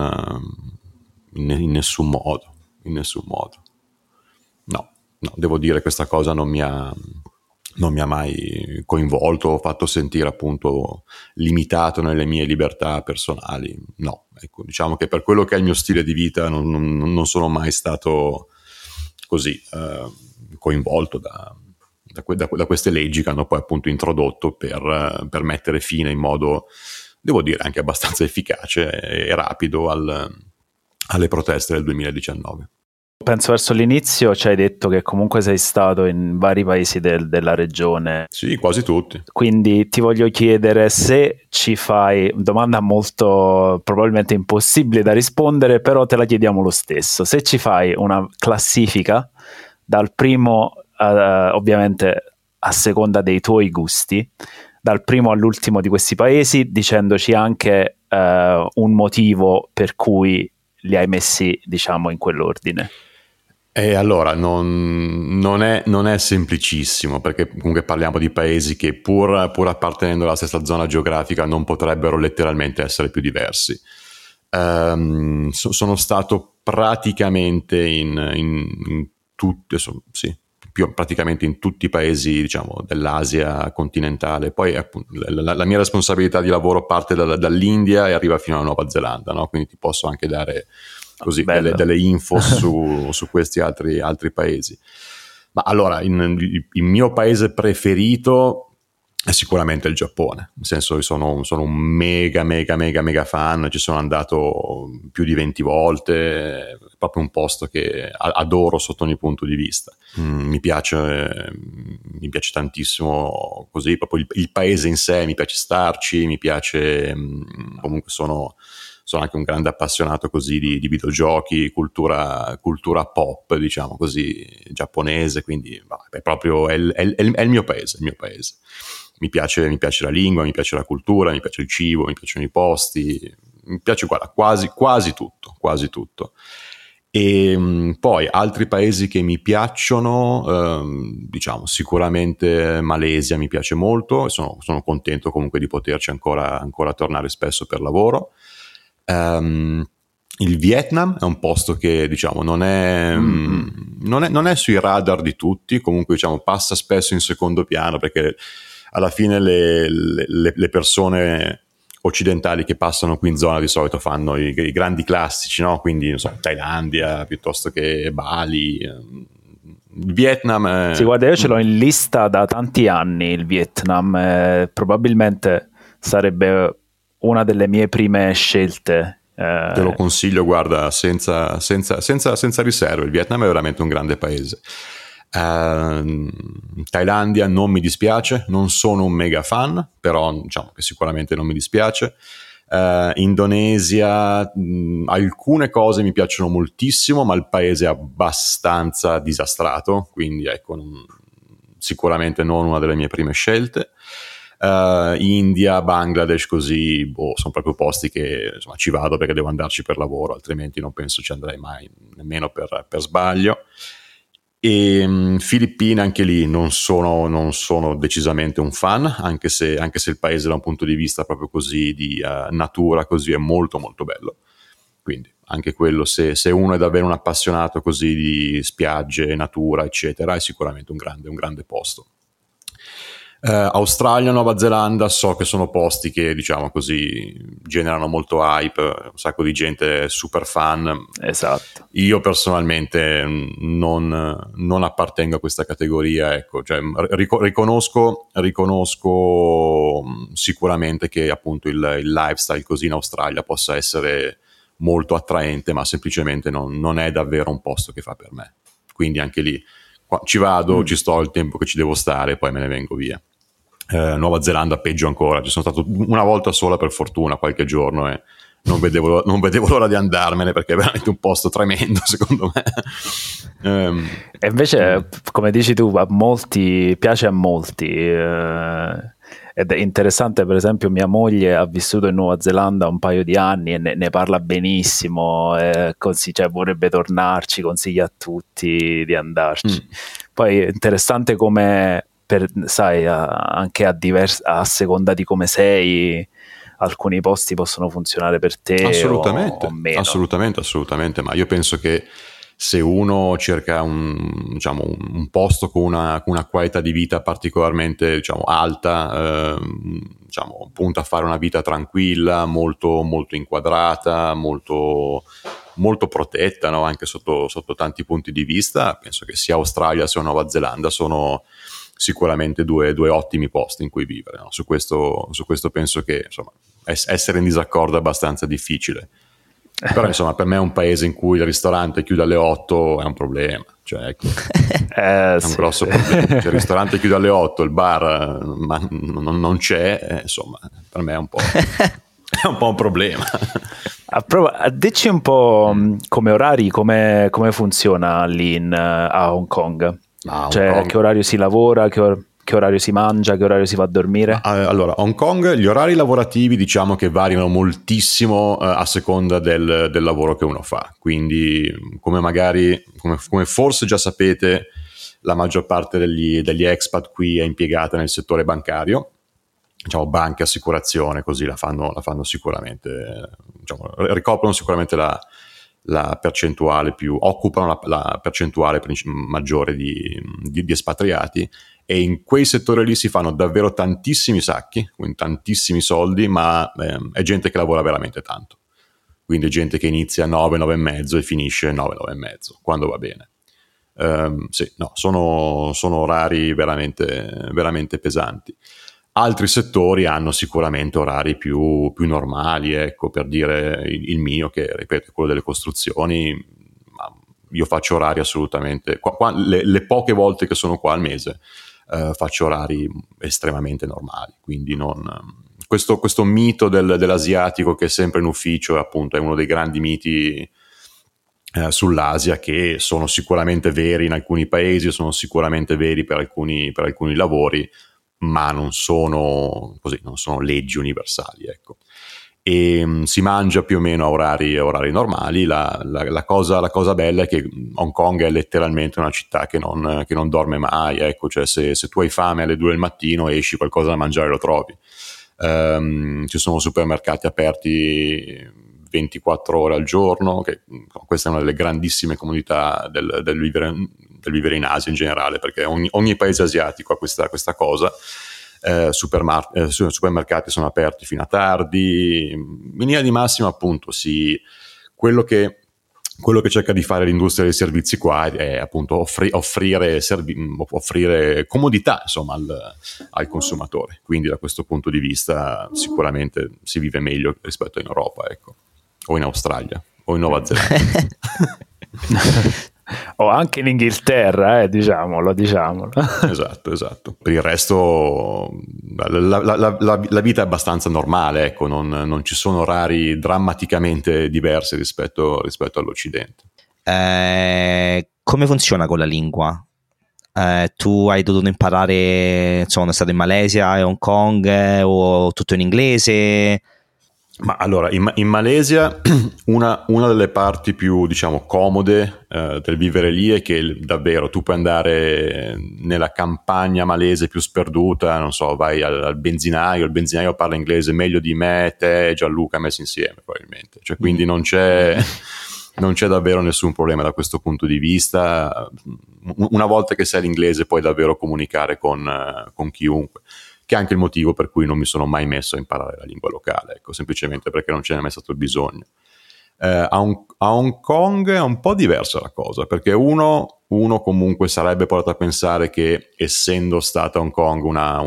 modo. No, devo dire, questa cosa non mi ha mai coinvolto o fatto sentire appunto limitato nelle mie libertà personali. No, ecco, diciamo che per quello che è il mio stile di vita non sono mai stato così coinvolto da queste leggi che hanno poi appunto introdotto per mettere fine in modo, devo dire, anche abbastanza efficace e rapido alle proteste del 2019. Penso verso l'inizio ci hai detto che comunque sei stato in vari paesi della regione. Sì, quasi tutti. Quindi ti voglio chiedere se ci fai, domanda molto probabilmente impossibile da rispondere, però te la chiediamo lo stesso. Se ci fai una classifica dal primo, ovviamente a seconda dei tuoi gusti, dal primo all'ultimo di questi paesi, dicendoci anche un motivo per cui li hai messi, diciamo, in quell'ordine. E allora non è semplicissimo, perché comunque parliamo di paesi che pur appartenendo alla stessa zona geografica non potrebbero letteralmente essere più diversi. Sono stato praticamente in tutti, sì, praticamente in tutti i paesi, diciamo, dell'Asia continentale. Poi appunto, la mia responsabilità di lavoro parte dall'India e arriva fino alla Nuova Zelanda, no? Quindi ti posso anche dare così delle info su questi altri paesi. Ma allora, il mio paese preferito è sicuramente il Giappone, nel senso che sono un mega fan, ci sono andato più di 20 volte, è proprio un posto che adoro sotto ogni punto di vista. Mi piace tantissimo così, proprio il paese in sé, mi piace starci, mi piace, comunque sono anche un grande appassionato così di videogiochi, cultura pop, diciamo così, giapponese, quindi è proprio è il mio paese, Mi piace la lingua, mi piace la cultura, mi piace il cibo, mi piacciono i posti, mi piace quasi tutto. E poi altri paesi che mi piacciono, diciamo sicuramente Malesia mi piace molto, e sono contento comunque di poterci ancora tornare spesso per lavoro. Il Vietnam è un posto che, diciamo, non è sui radar di tutti, comunque, diciamo, passa spesso in secondo piano, perché alla fine le persone occidentali che passano qui in zona di solito fanno i grandi classici, no? Quindi non so, Thailandia piuttosto che Bali, Il Vietnam sì, guarda, io ce l'ho in lista da tanti anni il Vietnam, probabilmente sarebbe una delle mie prime scelte. Te lo consiglio, guarda, senza riserve. Il Vietnam è veramente un grande paese. Thailandia non mi dispiace, non sono un mega fan, però diciamo che sicuramente non mi dispiace. Indonesia, alcune cose mi piacciono moltissimo, ma il paese è abbastanza disastrato, quindi ecco, sicuramente non una delle mie prime scelte. India, Bangladesh, così sono proprio posti che insomma ci vado perché devo andarci per lavoro, altrimenti non penso ci andrei mai, nemmeno per sbaglio. E Filippine, anche lì non sono decisamente un fan, anche se il paese da un punto di vista proprio così di natura così è molto molto bello, quindi anche quello, se uno è davvero un appassionato così di spiagge, natura eccetera, è sicuramente un grande posto. Australia, Nuova Zelanda, so che sono posti che diciamo così generano molto hype, un sacco di gente super fan. Esatto. Io personalmente non appartengo a questa categoria, ecco, cioè, riconosco sicuramente che appunto il lifestyle così in Australia possa essere molto attraente, ma semplicemente non è davvero un posto che fa per me, quindi anche lì ci vado, ci sto il tempo che ci devo stare e poi me ne vengo via. Nuova Zelanda peggio ancora, ci sono stato una volta sola per fortuna qualche giorno e non vedevo l'ora di andarmene perché è veramente un posto tremendo secondo me. E invece come dici tu piace a molti, ed è interessante. Per esempio mia moglie ha vissuto in Nuova Zelanda un paio di anni e ne parla benissimo, cioè vorrebbe tornarci, consiglia a tutti di andarci. Poi è interessante come sai, anche a seconda di come sei, alcuni posti possono funzionare per te assolutamente, o meno. assolutamente, ma io penso che se uno cerca un posto con una qualità di vita particolarmente alta, punta a fare una vita tranquilla, molto, molto inquadrata, molto, molto protetta, no? Anche sotto tanti punti di vista, penso che sia Australia sia Nuova Zelanda sono sicuramente due ottimi posti in cui vivere, no? Su questo penso che insomma essere in disaccordo è abbastanza difficile, però insomma per me è un paese in cui il ristorante chiude alle 8 è un problema, cioè ecco, è un grosso problema, cioè, il ristorante chiude alle 8, il bar non c'è, insomma per me è un po' è un po' un problema. Dici un po' come orari, come funziona lì a Hong Kong. Cioè, che orario si lavora, che orario si mangia, che orario si va a dormire? Allora, Hong Kong, gli orari lavorativi diciamo che variano moltissimo a seconda del lavoro che uno fa, quindi come forse già sapete, la maggior parte degli expat qui è impiegata nel settore bancario, diciamo banca, assicurazione, così la fanno sicuramente, ricoprono sicuramente la percentuale occupano la percentuale maggiore di espatriati, e in quei settori lì si fanno davvero tantissimi sacchi, quindi tantissimi soldi, ma è gente che lavora veramente tanto, quindi è gente che inizia a 9 e mezzo e finisce 9 e mezzo quando va bene. Sono orari veramente, veramente pesanti. Altri settori hanno sicuramente orari più normali, ecco, per dire il mio, che ripeto è quello delle costruzioni, ma io faccio orari assolutamente, le poche volte che sono qua al mese faccio orari estremamente normali, quindi questo mito dell'asiatico che è sempre in ufficio appunto è uno dei grandi miti sull'Asia, che sono sicuramente veri in alcuni paesi, sono sicuramente veri per alcuni lavori, ma non sono leggi universali, ecco. E si mangia più o meno a orari normali. La cosa bella è che Hong Kong è letteralmente una città che non dorme mai, ecco, cioè se tu hai fame alle 2 del mattino esci, qualcosa da mangiare lo trovi. Ci sono supermercati aperti 24 ore al giorno, che questa è una delle grandissime comodità del vivere in Asia in generale, perché ogni paese asiatico ha questa cosa. Supermercati sono aperti fino a tardi, in linea di massima appunto quello che quello che cerca di fare l'industria dei servizi qua è appunto offrire comodità, insomma, al consumatore. Quindi da questo punto di vista sicuramente si vive meglio rispetto in Europa, ecco, o in Australia o in Nuova Zelanda. O anche in Inghilterra, diciamolo. Esatto. Per il resto la vita è abbastanza normale, ecco, non ci sono orari drammaticamente diversi rispetto all'Occidente. Come funziona con la lingua? Tu hai dovuto imparare, insomma, sei stato in Malesia e Hong Kong, o tutto in inglese? Ma allora, in Malesia una delle parti più, diciamo, comode del vivere lì è che davvero tu puoi andare nella campagna malese più sperduta, non so, vai al benzinaio, il benzinaio parla inglese meglio di me, te e Gianluca messi insieme probabilmente, cioè quindi non c'è davvero nessun problema da questo punto di vista. Una volta che sai l'inglese puoi davvero comunicare con chiunque, che è anche il motivo per cui non mi sono mai messo a imparare la lingua locale, ecco, semplicemente perché non ce n'è mai stato il bisogno. A Hong Kong è un po' diversa la cosa, perché uno comunque sarebbe portato a pensare che, essendo stata Hong Kong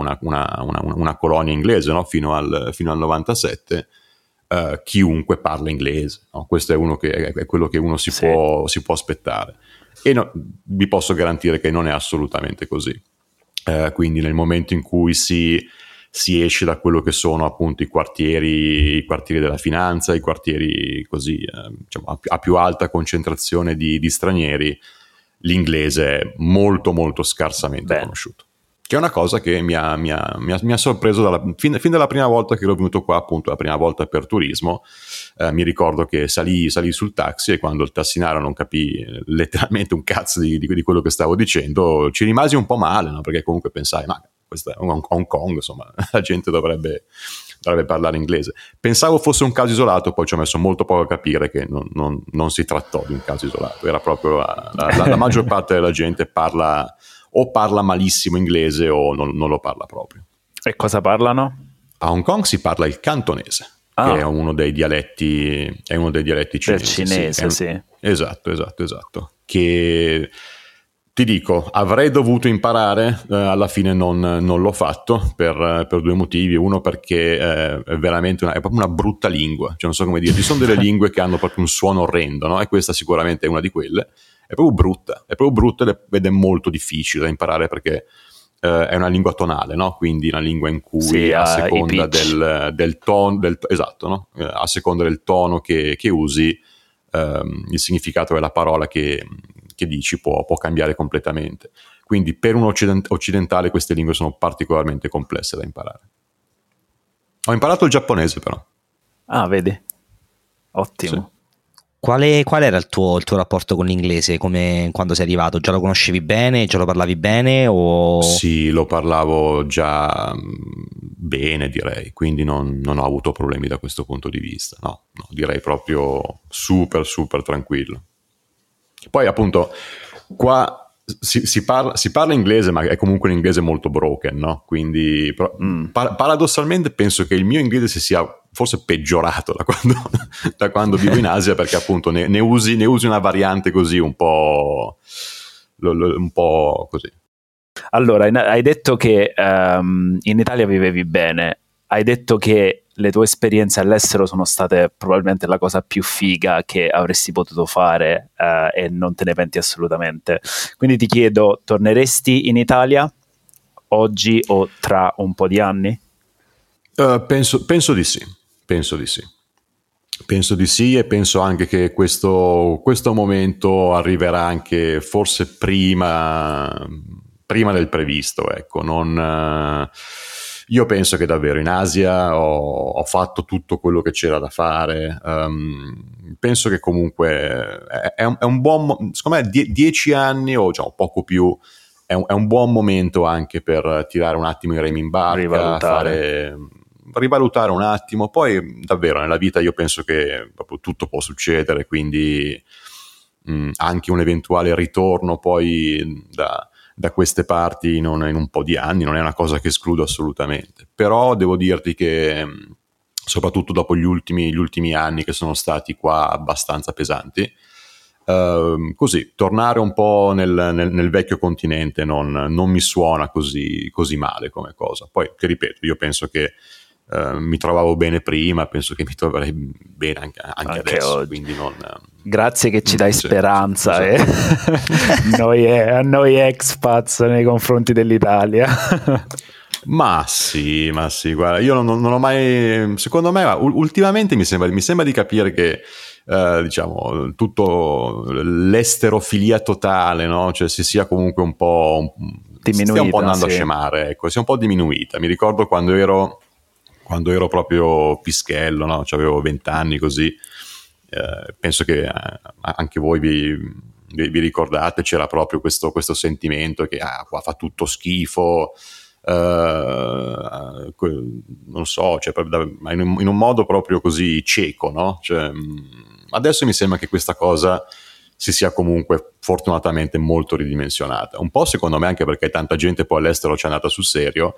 una colonia inglese, no? fino al 97, chiunque parla inglese, no? Questo è quello che uno si può aspettare, e vi posso garantire che non è assolutamente così. Quindi nel momento in cui si esce da quello che sono appunto i quartieri della finanza, i quartieri così, diciamo, a più alta concentrazione di stranieri, l'inglese è molto molto scarsamente conosciuto, che è una cosa che mi ha sorpreso fin dalla prima volta che ero venuto qua, appunto la prima volta per turismo. Mi ricordo che salì sul taxi, e quando il tassinario non capì letteralmente un cazzo di quello che stavo dicendo, ci rimasi un po' male, no? Perché comunque pensai, ma questo è Hong Kong, insomma, la gente dovrebbe parlare inglese. Pensavo fosse un caso isolato, poi ci ho messo molto poco a capire che non si trattò di un caso isolato, era proprio la maggior parte della gente parla malissimo inglese o non lo parla proprio. E cosa parlano? A Hong Kong si parla il cantonese, che è uno dei dialetti cinesi. Sì. Esatto. Che ti dico, avrei dovuto imparare, alla fine non l'ho fatto per due motivi. Uno, perché è veramente è proprio una brutta lingua, cioè non so come dire, ci sono delle lingue che hanno proprio un suono orrendo, no? E questa sicuramente è una di quelle. È proprio brutta ed è molto difficile da imparare, perché è una lingua tonale, no? Quindi una lingua in cui a seconda del tono, esatto, no? A seconda del tono che usi, il significato della parola che dici può cambiare completamente. Quindi per un occidentale queste lingue sono particolarmente complesse da imparare. Ho imparato il giapponese, però. Ah, vedi? Ottimo. Sì. Qual era il tuo rapporto con l'inglese, come quando sei arrivato? Già lo conoscevi bene? Già lo parlavi bene? O... Sì, lo parlavo già bene, direi, quindi non ho avuto problemi da questo punto di vista. No, direi proprio super, super tranquillo. Poi appunto qua si parla inglese, ma è comunque un inglese molto broken, no? Quindi paradossalmente penso che il mio inglese si sia forse peggiorato da quando vivo in Asia, perché appunto ne usi una variante così un po' così. Allora, hai detto che in Italia vivevi bene, hai detto che le tue esperienze all'estero sono state probabilmente la cosa più figa che avresti potuto fare, e non te ne penti assolutamente. Quindi ti chiedo, torneresti in Italia oggi o tra un po' di anni? Penso di sì. Penso di sì, e penso anche che questo momento arriverà anche forse prima del previsto, ecco. Io penso che davvero in Asia ho fatto tutto quello che c'era da fare. Penso che comunque è un buon, secondo me 10 anni o diciamo poco più è un buon momento anche per tirare un attimo i remi in barca, rivalutare un attimo. Poi davvero nella vita io penso che proprio tutto può succedere, quindi anche un eventuale ritorno poi da queste parti in un po' di anni non è una cosa che escludo assolutamente. Però devo dirti che soprattutto dopo gli ultimi anni che sono stati qua abbastanza pesanti, così, tornare un po' nel vecchio continente non mi suona così male come cosa. Poi ti ripeto, io penso che mi trovavo bene prima, penso che mi troverei bene anche adesso, oggi. Quindi grazie che ci dai speranza a noi expats nei confronti dell'Italia. Ma sì, guarda, io non ho mai, secondo me, ultimamente mi sembra di capire che diciamo tutto l'esterofilia totale, no? Cioè si sia comunque un po' diminuita, stia un po' andando a scemare, ecco, si è un po' diminuita. Mi ricordo quando ero proprio pischello, no? Cioè, avevo 20 anni così, penso che anche voi vi ricordate, c'era proprio questo sentimento che qua fa tutto schifo, non so, cioè, in un modo proprio così cieco, no? Cioè, adesso mi sembra che questa cosa si sia comunque fortunatamente molto ridimensionata, un po' secondo me anche perché tanta gente poi all'estero ci è andata sul serio,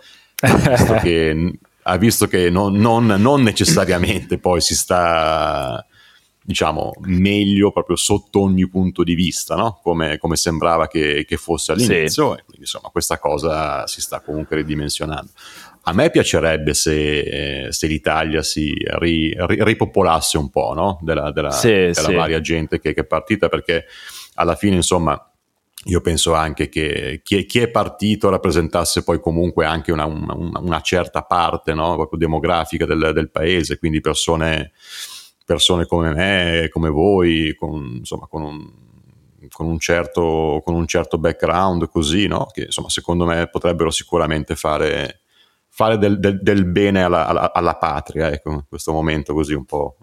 ha visto che non necessariamente poi si sta, diciamo, meglio proprio sotto ogni punto di vista, no? Come sembrava che fosse all'inizio, sì. E quindi insomma questa cosa si sta comunque ridimensionando. A me piacerebbe se l'Italia si ripopolasse un po', no? della varia gente che è partita, perché alla fine insomma io penso anche che chi è partito rappresentasse poi comunque anche una certa parte, no? Proprio demografica del paese, quindi persone come me, come voi, con un certo background così, no? Che insomma secondo me potrebbero sicuramente fare del bene alla patria, ecco, in questo momento così un po'.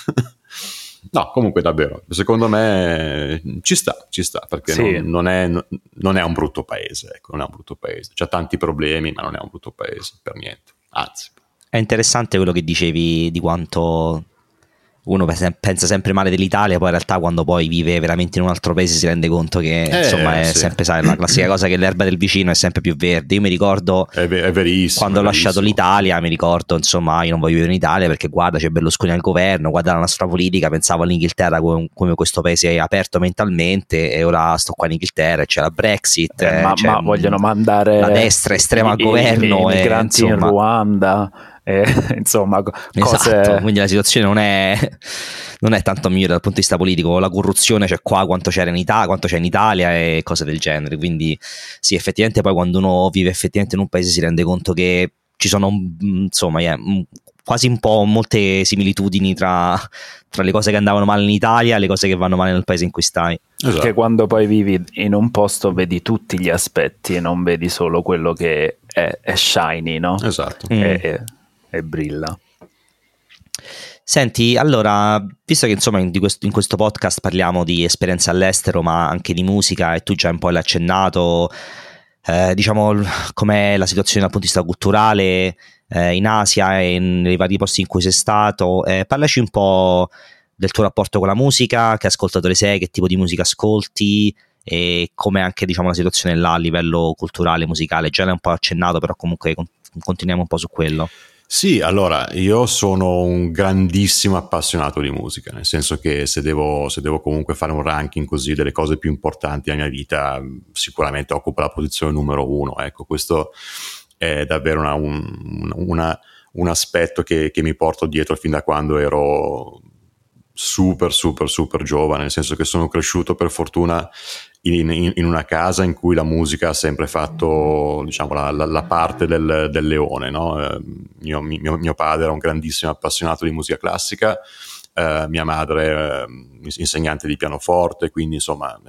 No, comunque davvero, secondo me ci sta, perché sì. non è un brutto paese, ecco, non è un brutto paese, c'ha tanti problemi, ma non è un brutto paese, per niente, anzi. È interessante quello che dicevi di quanto uno pensa sempre male dell'Italia, poi in realtà quando poi vive veramente in un altro paese si rende conto che insomma è sempre, sai, la classica cosa che l'erba del vicino è sempre più verde. Io mi ricordo è verissimo, quando ho lasciato l'Italia, mi ricordo insomma io non voglio vivere in Italia perché guarda c'è Berlusconi al governo, guarda la nostra politica, pensavo all'Inghilterra come questo paese è aperto mentalmente, e ora sto qua in Inghilterra e c'è la Brexit, ma vogliono mandare la destra estrema al governo, i migranti in Ruanda. Insomma, cose... Esatto, quindi la situazione non è tanto migliore dal punto di vista politico. La corruzione c'è qua quanto c'è in Italia e cose del genere, quindi sì, effettivamente poi quando uno vive effettivamente in un paese si rende conto che ci sono insomma quasi un po' molte similitudini tra le cose che andavano male in Italia e le cose che vanno male nel paese in cui stai. Esatto. Perché quando poi vivi in un posto vedi tutti gli aspetti e non vedi solo quello che è shiny, no? Esatto. E brilla. Senti, allora, visto che insomma in questo podcast parliamo di esperienza all'estero ma anche di musica, e tu già un po' l'hai accennato, diciamo com'è la situazione dal punto di vista culturale in Asia e nei vari posti in cui sei stato, parlaci un po' del tuo rapporto con la musica, che ascoltatore sei, che tipo di musica ascolti e come anche diciamo la situazione là a livello culturale, musicale. Già l'hai un po' accennato, però comunque continuiamo un po' su quello. Sì, allora, io sono un grandissimo appassionato di musica, nel senso che se devo comunque fare un ranking così delle cose più importanti della mia vita, sicuramente occupa la posizione numero 1, ecco, questo è davvero un aspetto che mi porto dietro fin da quando ero super giovane, nel senso che sono cresciuto per fortuna in una casa in cui la musica ha sempre fatto, diciamo, la parte del leone, no? Mio padre era un grandissimo appassionato di musica classica, mia madre insegnante di pianoforte, quindi insomma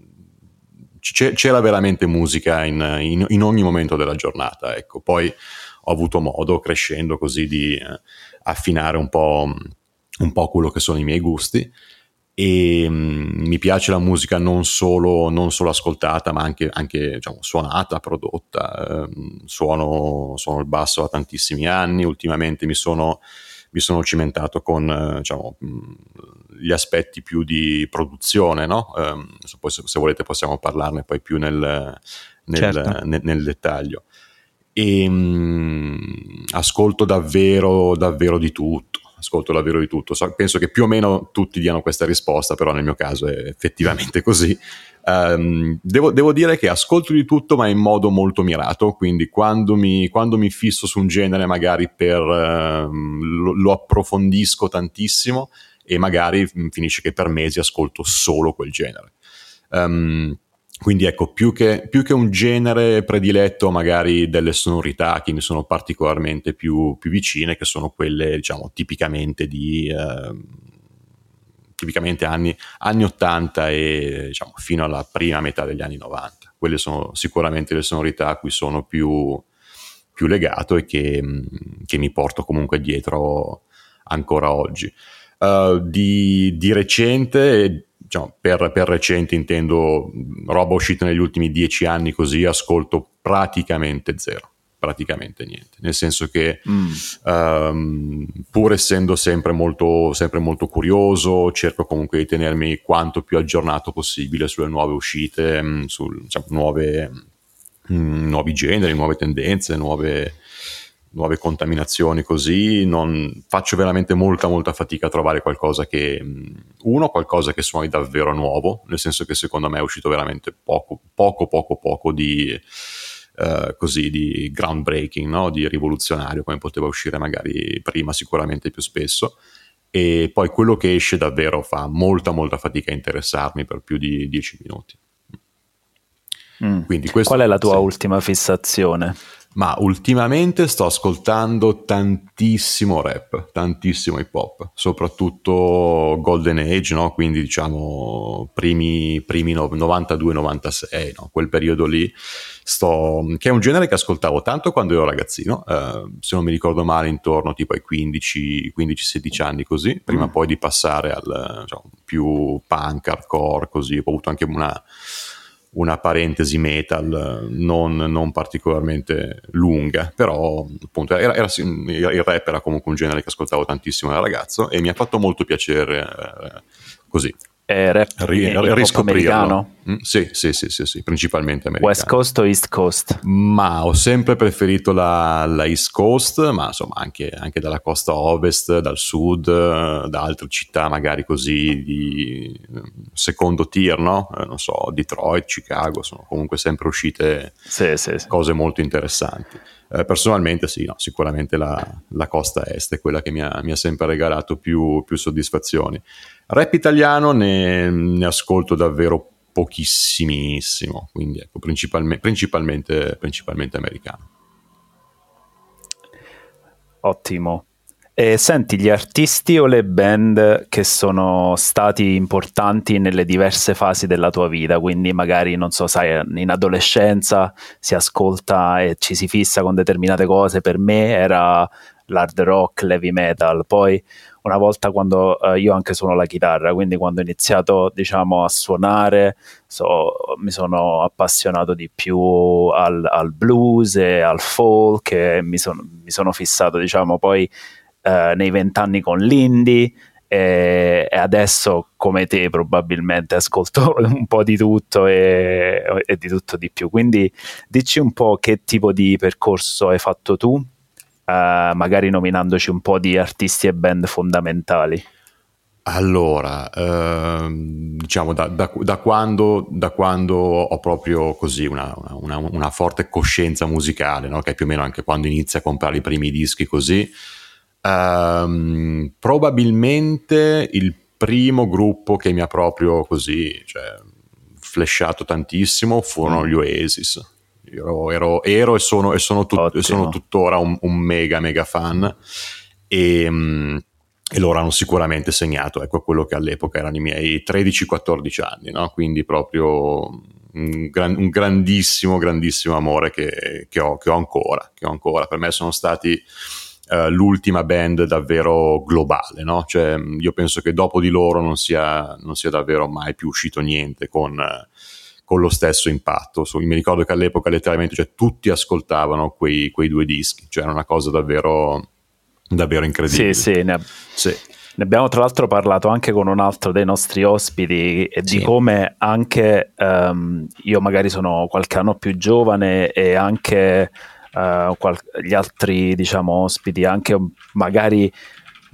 c'era veramente musica in ogni momento della giornata, ecco. Poi ho avuto modo, crescendo così, di affinare un po' quello che sono i miei gusti, e mi piace la musica non solo ascoltata, ma anche diciamo, suonata, prodotta. Suono il basso da tantissimi anni, ultimamente mi sono cimentato con diciamo, gli aspetti più di produzione, no? Poi se volete possiamo parlarne poi più nel dettaglio. E ascolto davvero di tutto. ascolto davvero di tutto. Penso che più o meno tutti diano questa risposta, però nel mio caso è effettivamente così. Devo dire che ascolto di tutto, ma in modo molto mirato, quindi quando mi fisso su un genere magari lo approfondisco tantissimo, e magari finisce che per mesi ascolto solo quel genere. Quindi ecco, più che un genere prediletto, magari delle sonorità che mi sono particolarmente più vicine, che sono quelle, diciamo, tipicamente anni 80 e, diciamo, fino alla prima metà degli anni 90. Quelle sono sicuramente le sonorità a cui sono più legato e che mi porto comunque dietro ancora oggi. Di recente, diciamo, per recente intendo roba uscita negli ultimi 10 anni, così ascolto praticamente zero, praticamente niente, nel senso che pur essendo sempre molto curioso, cerco comunque di tenermi quanto più aggiornato possibile sulle nuove uscite, diciamo, nuovi generi, nuove tendenze, nuove contaminazioni, così. Non faccio veramente molta fatica a trovare qualcosa che suoni davvero nuovo, nel senso che secondo me è uscito veramente poco di così di groundbreaking, no? Di rivoluzionario, come poteva uscire magari prima, sicuramente più spesso. E poi quello che esce davvero fa molta fatica a interessarmi per più di 10 minuti. Quindi qual è la tua ultima fissazione? Ma ultimamente sto ascoltando tantissimo rap, tantissimo hip hop, soprattutto Golden Age, no? Quindi diciamo primi 92-96, no? Quel periodo lì, che è un genere che ascoltavo tanto quando ero ragazzino, se non mi ricordo male intorno tipo ai 15-16 anni, così, prima poi di passare al, diciamo, più punk, hardcore, così. Ho avuto anche una parentesi metal non particolarmente lunga, però appunto il rap era comunque un genere che ascoltavo tantissimo da ragazzo e mi ha fatto molto piacere così rap riscoprirlo. Sì, principalmente americano. West Coast o East Coast? Ma ho sempre preferito la East Coast, ma insomma anche dalla costa ovest, dal sud, da altre città magari così di secondo tier, no? Non so, Detroit, Chicago, sono comunque sempre uscite cose molto interessanti. Personalmente sì, no, sicuramente la costa est è quella che mi ha sempre regalato più soddisfazioni. Rap italiano ne ascolto davvero pochissimissimo, quindi ecco, principalmente americano. Ottimo. E senti, gli artisti o le band che sono stati importanti nelle diverse fasi della tua vita, quindi magari, non so, sai, in adolescenza si ascolta e ci si fissa con determinate cose. Per me era l'hard rock, l'heavy metal. Poi una volta, quando io anche suono la chitarra, quindi quando ho iniziato, diciamo, a suonare, mi sono appassionato di più al blues e al folk, e mi sono fissato, diciamo, poi nei 20 anni con l'indie, e adesso, come te, probabilmente ascolto un po' di tutto e di tutto di più. Quindi dici un po' che tipo di percorso hai fatto tu, magari nominandoci un po' di artisti e band fondamentali. Allora, diciamo da quando ho proprio così una forte coscienza musicale, no? Che è più o meno anche quando inizia a comprare i primi dischi, così. Probabilmente il primo gruppo che mi ha proprio così, cioè, flashato tantissimo furono gli Oasis. Ero e sono tuttora un mega fan, e loro hanno sicuramente segnato, ecco, quello che all'epoca erano i miei 13-14 anni, no? Quindi proprio un grandissimo amore che ho ancora. Per me sono stati l'ultima band davvero globale, no? Cioè, io penso che dopo di loro non sia davvero mai più uscito niente con lo stesso impatto. Mi ricordo che all'epoca letteralmente, cioè, tutti ascoltavano quei due dischi, cioè era una cosa davvero incredibile. Sì. Ne abbiamo tra l'altro parlato anche con un altro dei nostri ospiti, e di come anche io magari sono qualche anno più giovane, e anche gli altri, diciamo, ospiti anche magari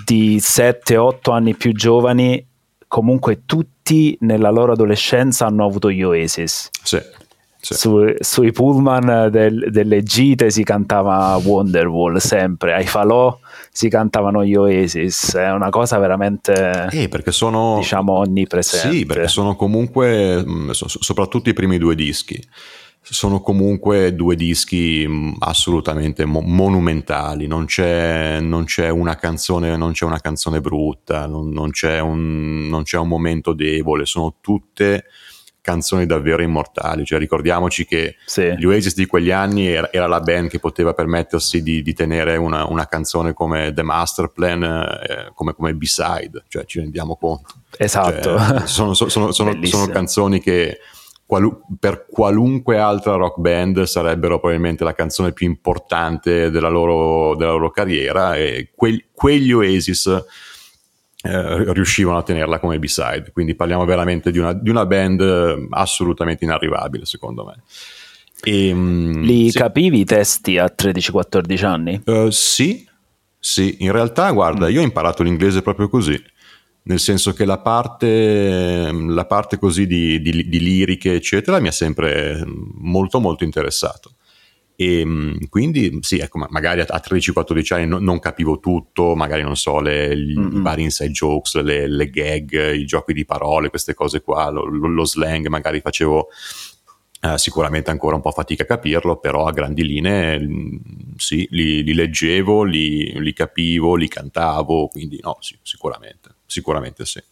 di 7-8 anni più giovani, comunque tutti nella loro adolescenza hanno avuto gli Oasis. Sì. Sui pullman delle gite si cantava Wonderwall sempre, ai falò si cantavano gli Oasis, è una cosa veramente perché sono, diciamo, onnipresente. Sì, perché sono comunque, soprattutto i primi due dischi, sono comunque due dischi assolutamente monumentali, non c'è una canzone brutta, non c'è un momento debole, sono tutte canzoni davvero immortali. Cioè, ricordiamoci che gli Oasis di quegli anni era la band che poteva permettersi di tenere una canzone come The Master Plan come B-side, cioè ci rendiamo conto. Esatto. Cioè, sono canzoni che per qualunque altra rock band sarebbero probabilmente la canzone più importante della loro carriera, e quegli Oasis riuscivano a tenerla come B-side, quindi parliamo veramente di una band assolutamente inarrivabile, secondo me. Li capivi i testi a 13-14 anni? Sì, in realtà guarda, io ho imparato l'inglese proprio così, nel senso che la parte così di liriche eccetera mi ha sempre molto molto interessato. E quindi sì, ecco, magari a 13-14 anni non capivo tutto, magari non so, i vari inside jokes, le gag, i giochi di parole, queste cose qua, lo slang magari facevo sicuramente ancora un po' fatica a capirlo, però a grandi linee sì, li leggevo, li capivo, li cantavo, quindi no, sì, sicuramente sì.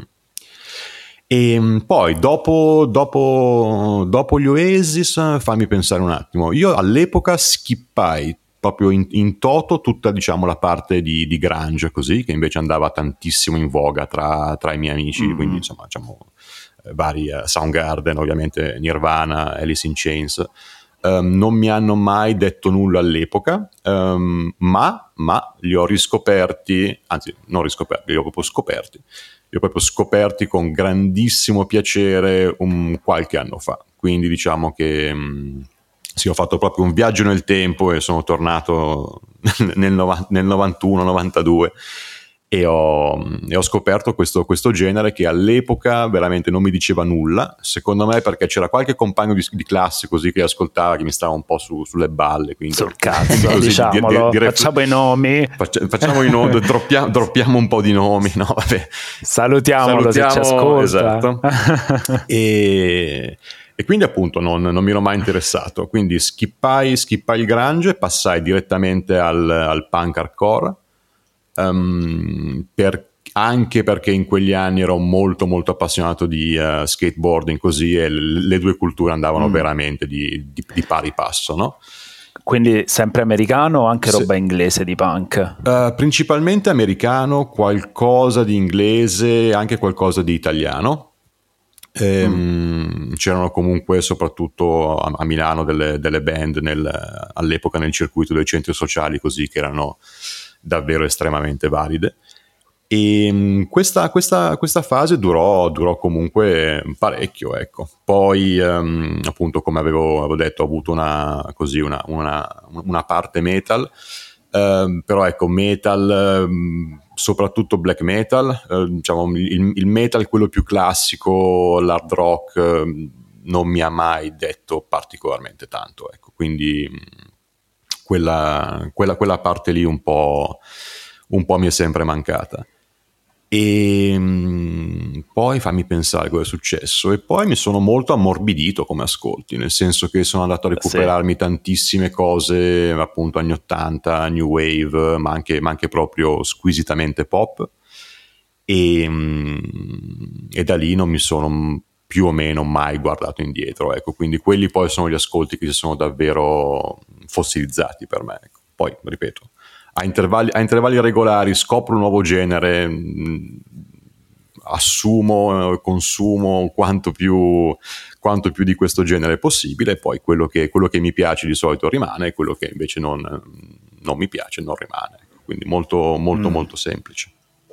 E poi dopo gli Oasis, fammi pensare un attimo, io all'epoca skippai proprio in toto tutta, diciamo, la parte di grunge, così, che invece andava tantissimo in voga tra i miei amici, quindi insomma, diciamo, vari Soundgarden, ovviamente Nirvana, Alice in Chains. Non mi hanno mai detto nulla all'epoca, ma li ho riscoperti, anzi non riscoperti, li ho proprio scoperti con grandissimo piacere qualche anno fa. Quindi diciamo che sì, ho fatto proprio un viaggio nel tempo e sono tornato nel 91-92 e ho scoperto questo genere che all'epoca veramente non mi diceva nulla, secondo me perché c'era qualche compagno di classe così che ascoltava, che mi stava un po' sulle balle, quindi sul cazzo, così, diciamolo, facciamo i nomi, facciamo i nomi, droppiamo un po' di nomi, no? Vabbè. Salutiamolo se ci ascolta. Esatto. E quindi appunto non mi ero mai interessato, quindi skippai il grunge, passai direttamente al punk hardcore, anche perché in quegli anni ero molto molto appassionato di skateboarding, così, e le due culture andavano veramente di pari passo, no? Quindi sempre americano o anche roba inglese di punk? Principalmente americano, qualcosa di inglese, anche qualcosa di italiano. C'erano comunque soprattutto a Milano delle band all'epoca nel circuito dei centri sociali, così, che erano davvero estremamente valide, e questa fase durò comunque parecchio, ecco. Poi appunto, come avevo detto, ho avuto una parte metal, però ecco, metal, soprattutto black metal, diciamo il metal, quello più classico, l'hard rock, non mi ha mai detto particolarmente tanto, ecco. Quindi quella parte lì un po' mi è sempre mancata. E poi fammi pensare cosa è successo, e poi mi sono molto ammorbidito come ascolti, nel senso che sono andato a recuperarmi tantissime cose, appunto anni 80, new wave, ma anche proprio squisitamente pop, e da lì non mi sono più o meno mai guardato indietro, ecco. Quindi quelli poi sono gli ascolti che si sono davvero fossilizzati per me, ecco. Poi ripeto, a intervalli regolari scopro un nuovo genere, assumo, consumo quanto più di questo genere possibile, e poi quello che mi piace di solito rimane, e quello che invece non mi piace non rimane. Quindi molto molto molto semplice.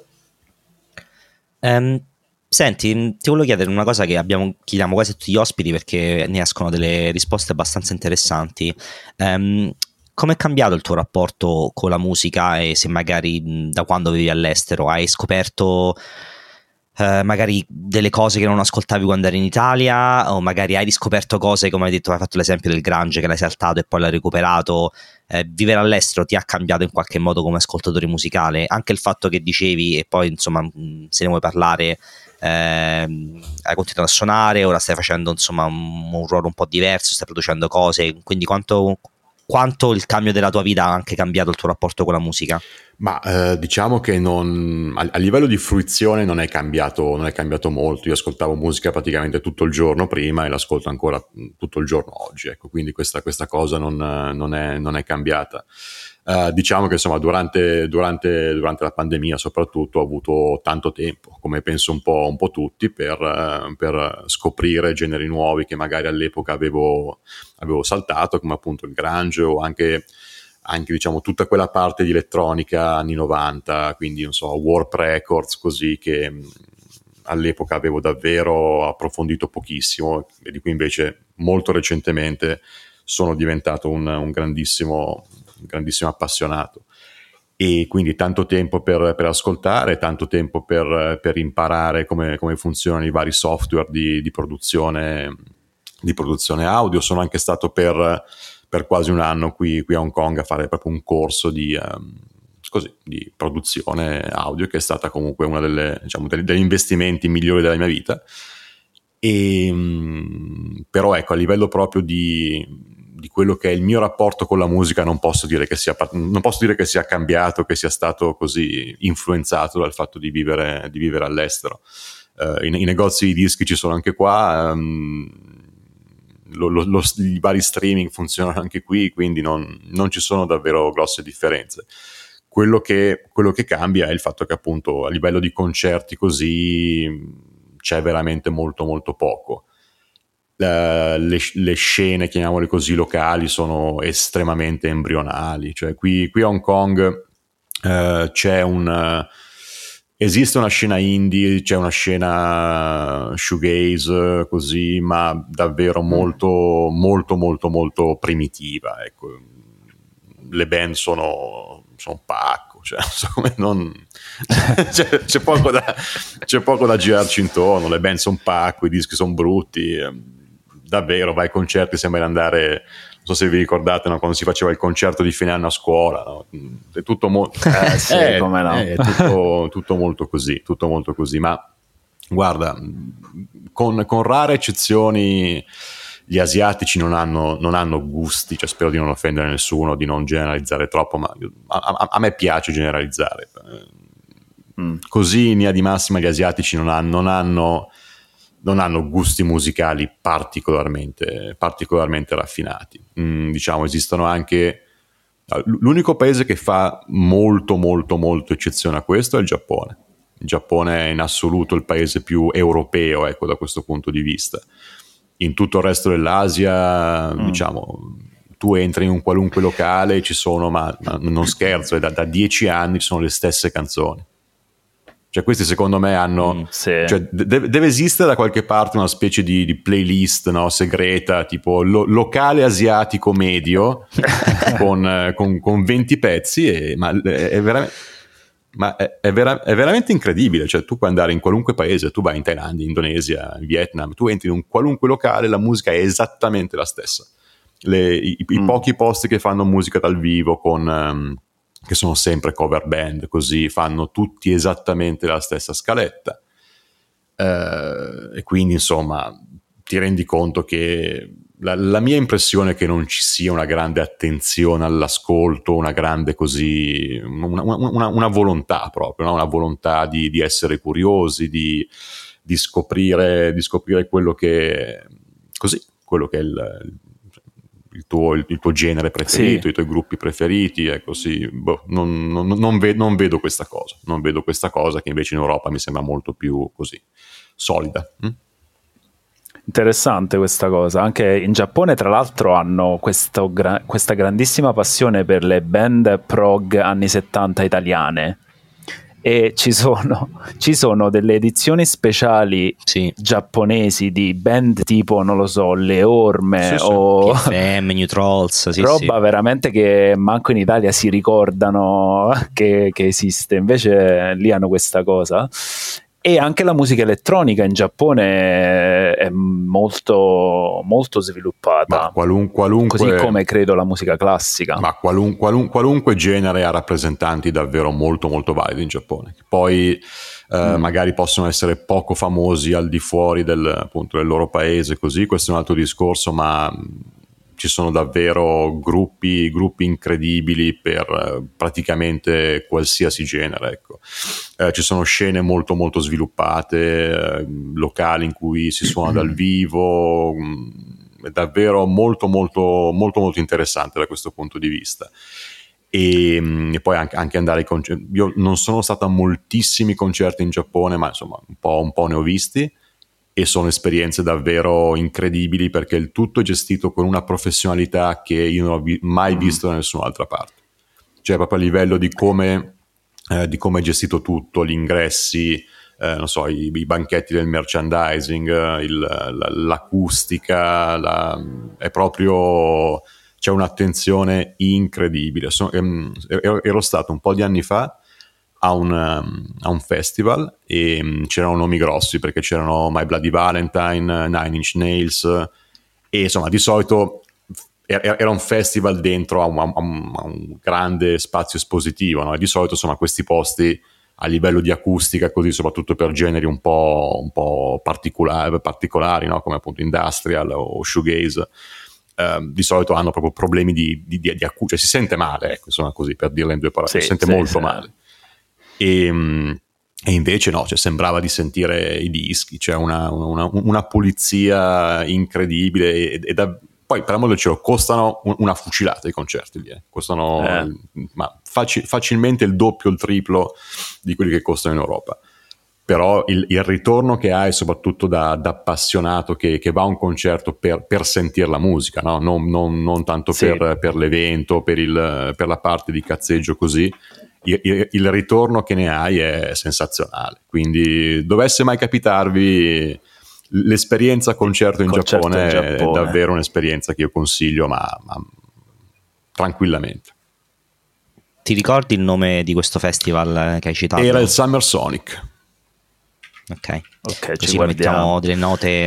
Senti, ti volevo chiedere una cosa che chiediamo quasi a tutti gli ospiti, perché ne escono delle risposte abbastanza interessanti. Com'è cambiato il tuo rapporto con la musica e se magari da quando vivi all'estero hai scoperto magari delle cose che non ascoltavi quando eri in Italia, o magari hai riscoperto cose, come hai detto, hai fatto l'esempio del grunge che l'hai saltato e poi l'hai recuperato. Vivere all'estero ti ha cambiato in qualche modo come ascoltatore musicale? Anche il fatto che dicevi, e poi insomma se ne vuoi parlare, hai continuato a suonare, ora stai facendo insomma un ruolo un po' diverso, stai producendo cose, quindi quanto il cambio della tua vita ha anche cambiato il tuo rapporto con la musica? Ma diciamo che a livello di fruizione non è cambiato molto. Io ascoltavo musica praticamente tutto il giorno prima e l'ascolto ancora tutto il giorno oggi, ecco, quindi questa cosa non è cambiata. Diciamo che insomma durante la pandemia soprattutto ho avuto tanto tempo, come penso un po' tutti, per scoprire generi nuovi che magari all'epoca avevo saltato, come appunto il grunge o anche diciamo tutta quella parte di elettronica anni 90, quindi non so, Warp Records, così, che all'epoca avevo davvero approfondito pochissimo e di cui invece molto recentemente sono diventato un grandissimo appassionato. E quindi tanto tempo per ascoltare, tanto tempo per imparare come funzionano i vari software di produzione audio. Sono anche stato per quasi un anno qui a Hong Kong a fare proprio un corso di produzione audio, che è stata comunque una degli investimenti migliori della mia vita. Però ecco, a livello proprio di quello che è il mio rapporto con la musica non posso dire che sia cambiato, che sia stato così influenzato dal fatto di vivere all'estero. I negozi di dischi ci sono anche qua, i vari streaming funzionano anche qui, quindi non ci sono davvero grosse differenze. Quello che cambia è il fatto che appunto a livello di concerti così c'è veramente molto molto poco. Le scene, chiamiamole così, locali sono estremamente embrionali, cioè qui a Hong Kong esiste una scena indie, c'è una scena shoegaze così, ma davvero molto molto molto molto primitiva, ecco. Le band sono pacco, cioè c'è poco da girarci intorno, le band sono pacco, i dischi sono brutti, davvero vai ai concerti, sembra di andare, non so se vi ricordate, no? Quando si faceva il concerto di fine anno a scuola, no? È tutto come no? È tutto molto così, ma guarda, con rare eccezioni gli asiatici non hanno gusti, cioè spero di non offendere nessuno, di non generalizzare troppo, ma a me piace generalizzare. Così in linea di massima gli asiatici non hanno gusti musicali particolarmente raffinati. Diciamo, esistono anche... L'unico paese che fa molto molto molto eccezione a questo è il Giappone. Il Giappone è in assoluto il paese più europeo, ecco, da questo punto di vista. In tutto il resto dell'Asia, diciamo, tu entri in un qualunque locale, ci sono, ma non scherzo, da 10 anni ci sono le stesse canzoni. Cioè questi secondo me hanno... Sì. Cioè, deve esistere da qualche parte una specie di playlist, no, segreta, tipo locale asiatico medio, con 20 pezzi, ma è veramente... Ma è veramente incredibile, cioè tu puoi andare in qualunque paese, tu vai in Thailandia, Indonesia, Vietnam, tu entri in un qualunque locale, la musica è esattamente la stessa. I pochi posti che fanno musica dal vivo che sono sempre cover band, così fanno tutti esattamente la stessa scaletta, e quindi insomma ti rendi conto che la mia impressione è che non ci sia una grande attenzione all'ascolto, una grande così, una volontà proprio, no? Una volontà di essere curiosi, di scoprire quello che è il tuo genere preferito, sì, i tuoi gruppi preferiti, ecco, sì, non vedo questa cosa che invece in Europa mi sembra molto più così solida. Interessante questa cosa. Anche in Giappone tra l'altro hanno questa grandissima passione per le band prog anni 70 italiane, e ci sono delle edizioni speciali giapponesi di band tipo, non lo so, Le Orme o PFM, New Trolls, roba veramente che manco in Italia si ricordano che esiste, invece lì hanno questa cosa. E anche la musica elettronica in Giappone è molto, molto sviluppata, qualunque, così come credo la musica classica. Ma qualunque genere ha rappresentanti davvero molto molto validi in Giappone. Poi magari possono essere poco famosi al di fuori appunto, del loro paese, così, questo è un altro discorso, ma ci sono davvero gruppi incredibili per praticamente qualsiasi genere, ecco. Ci sono scene molto molto sviluppate, locali in cui si suona dal vivo, è davvero molto molto molto molto interessante da questo punto di vista. E poi anche andare ai concerti. Io non sono stato a moltissimi concerti in Giappone, ma insomma un po' ne ho visti, e sono esperienze davvero incredibili, perché il tutto è gestito con una professionalità che io non ho mai visto da nessun'altra parte. Cioè proprio a livello di come è gestito tutto, gli ingressi, non so, i banchetti del merchandising, l'acustica, è proprio, c'è un'attenzione incredibile. Ero stato un po' di anni fa a un festival e c'erano nomi grossi, perché c'erano My Bloody Valentine, Nine Inch Nails, e insomma di solito era un festival dentro a un grande spazio espositivo, no? E di solito insomma questi posti a livello di acustica, così, soprattutto per generi un po' particolari, no? Come appunto industrial o shoegaze, di solito hanno proprio problemi di acustica, si sente male, ecco, insomma, così, per dirla in due parole, si sente molto male. E invece no, cioè sembrava di sentire i dischi, c'è una pulizia incredibile, poi per amore del cielo costano una fucilata i concerti lì, costano ma facilmente il doppio, il triplo di quelli che costano in Europa. Però il ritorno che hai, soprattutto da appassionato che va a un concerto per sentire la musica, no? Non tanto per l'evento, per la parte di cazzeggio, così. Il ritorno che ne hai è sensazionale. Quindi dovesse mai capitarvi, l'esperienza concerto in Giappone è davvero un'esperienza che io consiglio, ma tranquillamente. Ti ricordi il nome di questo festival che hai citato? Era il Summer Sonic. Ok, ci mettiamo delle note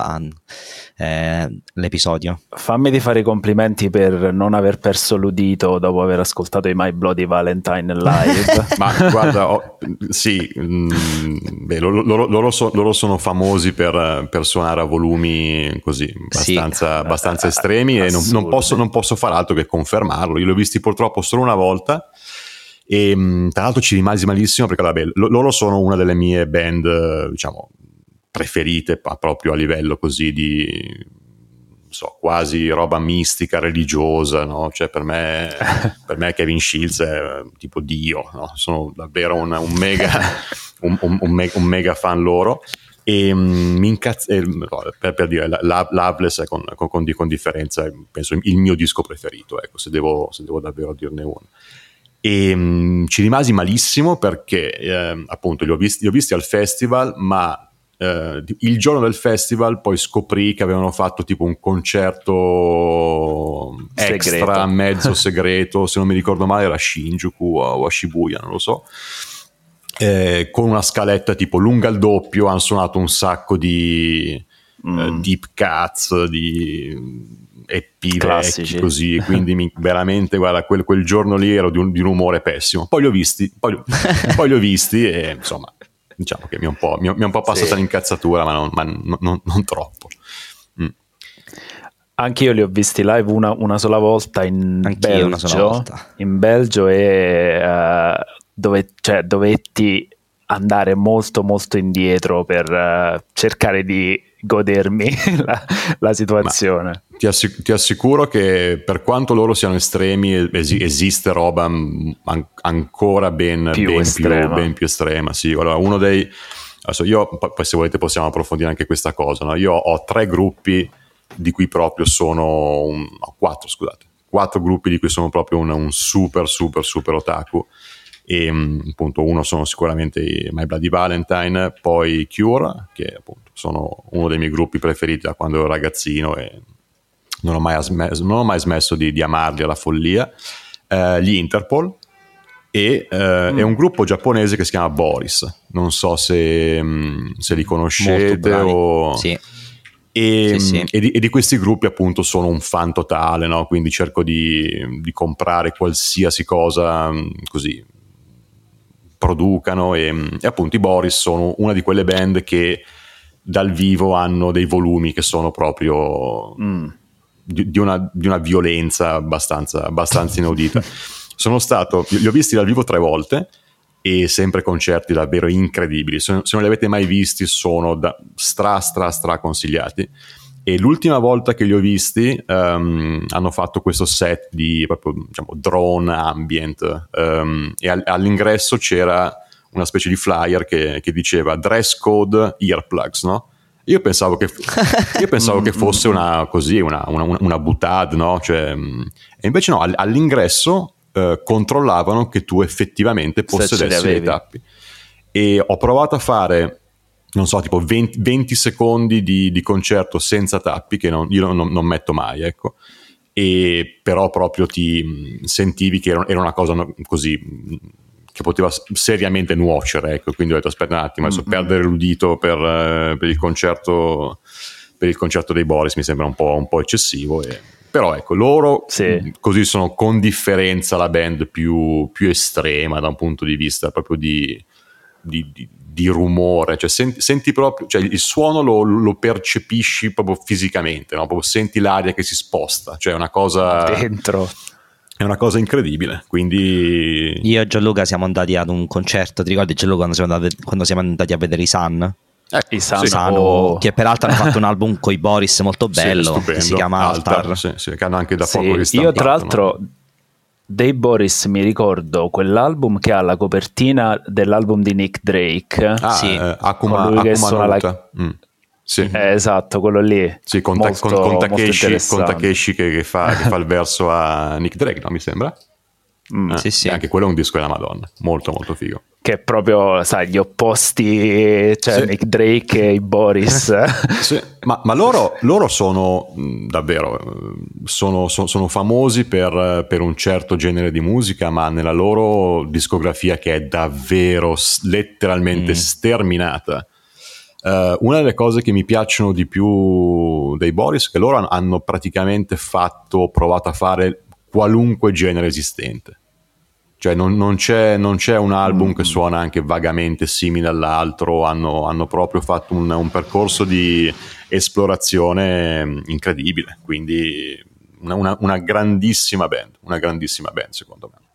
all'episodio. Fammi di fare i complimenti per non aver perso l'udito dopo aver ascoltato i My Bloody Valentine live. Ma guarda, sì, loro sono famosi per suonare a volumi così abbastanza estremi, e non posso fare altro che confermarlo. Io li ho visti purtroppo solo una volta, e tra l'altro ci rimasi malissimo, perché vabbè, loro sono una delle mie band, diciamo, preferite, proprio a livello così di, non so, quasi roba mistica, religiosa, no? Cioè per me Kevin Shields è tipo Dio, no? Sono davvero un mega fan loro. E per dire, Loveless è con differenza, penso, il mio disco preferito, ecco, se devo davvero dirne uno. E ci rimasi malissimo, perché appunto li ho visti al festival, ma il giorno del festival poi scoprì che avevano fatto tipo un concerto extra, mezzo segreto, se non mi ricordo male era a Shinjuku o a Shibuya, non lo so, con una scaletta tipo lunga al doppio. Hanno suonato un sacco di deep cuts, di EP classici, così, quindi veramente, guarda, quel giorno lì ero di un umore pessimo. Poi li ho visti e insomma, diciamo che mi è un po' passata l'incazzatura, ma non troppo. Anche io li ho visti live una sola volta in Belgio, e dovetti andare molto molto indietro per cercare di godermi la situazione. Ma ti assicuro che, per quanto loro siano estremi, esiste roba ancora ben più estrema. Sì, allora, adesso io, poi se volete possiamo approfondire anche questa cosa, no? Io ho 3 gruppi di cui proprio sono 4 gruppi di cui sono proprio un super super super otaku, e appunto uno sono sicuramente i My Bloody Valentine, poi Cure, che appunto sono uno dei miei gruppi preferiti da quando ero ragazzino e non ho mai smesso di amarli alla follia, gli Interpol e un gruppo giapponese che si chiama Boris, non so se li conoscete o... Sì. E, sì. E di questi gruppi appunto sono un fan totale, no? Quindi cerco di comprare qualsiasi cosa così producano e appunto i Boris sono una di quelle band che dal vivo hanno dei volumi che sono proprio di una violenza abbastanza inaudita. Li ho visti dal vivo 3 volte e sempre concerti davvero incredibili. Se non li avete mai visti sono stra consigliati. E l'ultima volta che li ho visti hanno fatto questo set di proprio, diciamo, drone ambient e all'ingresso c'era una specie di flyer che diceva dress code earplugs, no? Io pensavo che fosse una boutade, no? Cioè, e invece no, all'ingresso controllavano che tu effettivamente possedessi dei tappi. E ho provato a fare, non so, tipo 20 secondi di concerto senza tappi, che io non metto mai, ecco. E però proprio ti sentivi che era una cosa così che poteva seriamente nuocere, ecco. Quindi ho detto aspetta un attimo, adesso perdere l'udito per il concerto dei Boris mi sembra un po' eccessivo, però ecco, loro così sono con differenza la band più estrema da un punto di vista proprio di rumore, cioè senti proprio, cioè il suono lo percepisci proprio fisicamente, no? Proprio senti l'aria che si sposta, cioè è una cosa dentro. È una cosa incredibile, quindi... Io e Gianluca siamo andati ad un concerto, ti ricordi Gianluca quando siamo andati a vedere i Sun? I Sun, che peraltro hanno fatto un album con i Boris molto bello, che si chiama Altar. Sì, che hanno anche da poco ristampato. Io tra l'altro dei Boris mi ricordo quell'album che ha la copertina dell'album di Nick Drake. Akuma Nuta. Sì. Esatto, quello lì. Sì, con Takeshi che fa il verso a Nick Drake, no, mi sembra? Sì. Anche quello è un disco della Madonna, molto molto figo. Che è proprio, sai, gli opposti, cioè Nick Drake e i Boris. Sì, ma loro sono davvero sono famosi per un certo genere di musica, ma nella loro discografia, che è davvero letteralmente sterminata. Una delle cose che mi piacciono di più dei Boris è che loro hanno praticamente provato a fare qualunque genere esistente, cioè non c'è un album che suona anche vagamente simile all'altro. Hanno proprio fatto un percorso di esplorazione incredibile, quindi una grandissima band secondo me.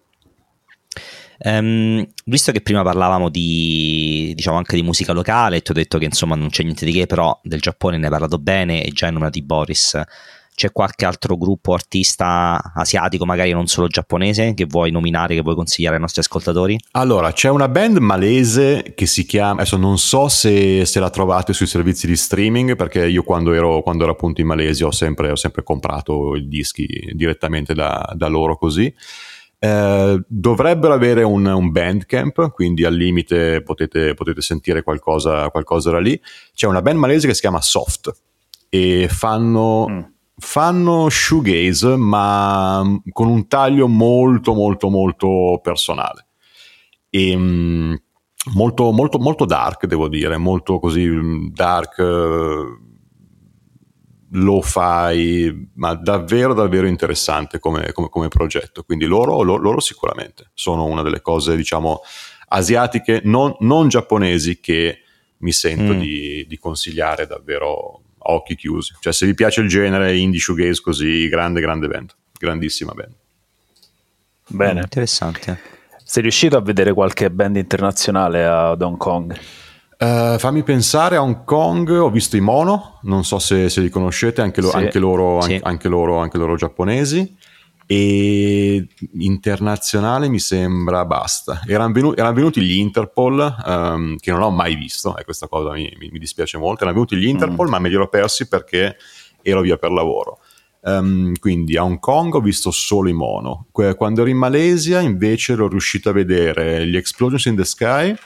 Visto che prima parlavamo diciamo anche di musica locale, ti ho detto che insomma non c'è niente di che, però del Giappone ne hai parlato bene e già hai nominato i Boris. C'è qualche altro gruppo artista asiatico, magari non solo giapponese, che vuoi nominare, che vuoi consigliare ai nostri ascoltatori? Allora, c'è una band malese che si chiama, adesso non so se la trovate sui servizi di streaming, perché io quando ero appunto in Malesia ho sempre comprato i dischi direttamente da loro così. Dovrebbero avere un Bandcamp, quindi al limite potete sentire qualcosa da lì. C'è una band malese che si chiama Soft e fanno shoegaze, ma con un taglio molto molto molto personale e molto molto molto dark, devo dire, molto così dark, lo fai, ma davvero davvero interessante come progetto. Quindi loro sicuramente sono una delle cose, diciamo, asiatiche non giapponesi che mi sento di consigliare davvero a occhi chiusi. Cioè, se vi piace il genere indie shoegaze così, grande band, grandissima band. Bene, interessante. Sei riuscito a vedere qualche band internazionale ad Hong Kong? Fammi pensare. A Hong Kong ho visto i Mono, non so se li conoscete, anche loro giapponesi, e internazionale mi sembra basta. Erano venuti gli Interpol, che non ho mai visto, e questa cosa mi dispiace molto. Erano venuti gli Interpol, ma me li ero persi perché ero via per lavoro. Quindi a Hong Kong ho visto solo i mono. Quando ero in Malesia invece ero riuscito a vedere gli Explosions in the Sky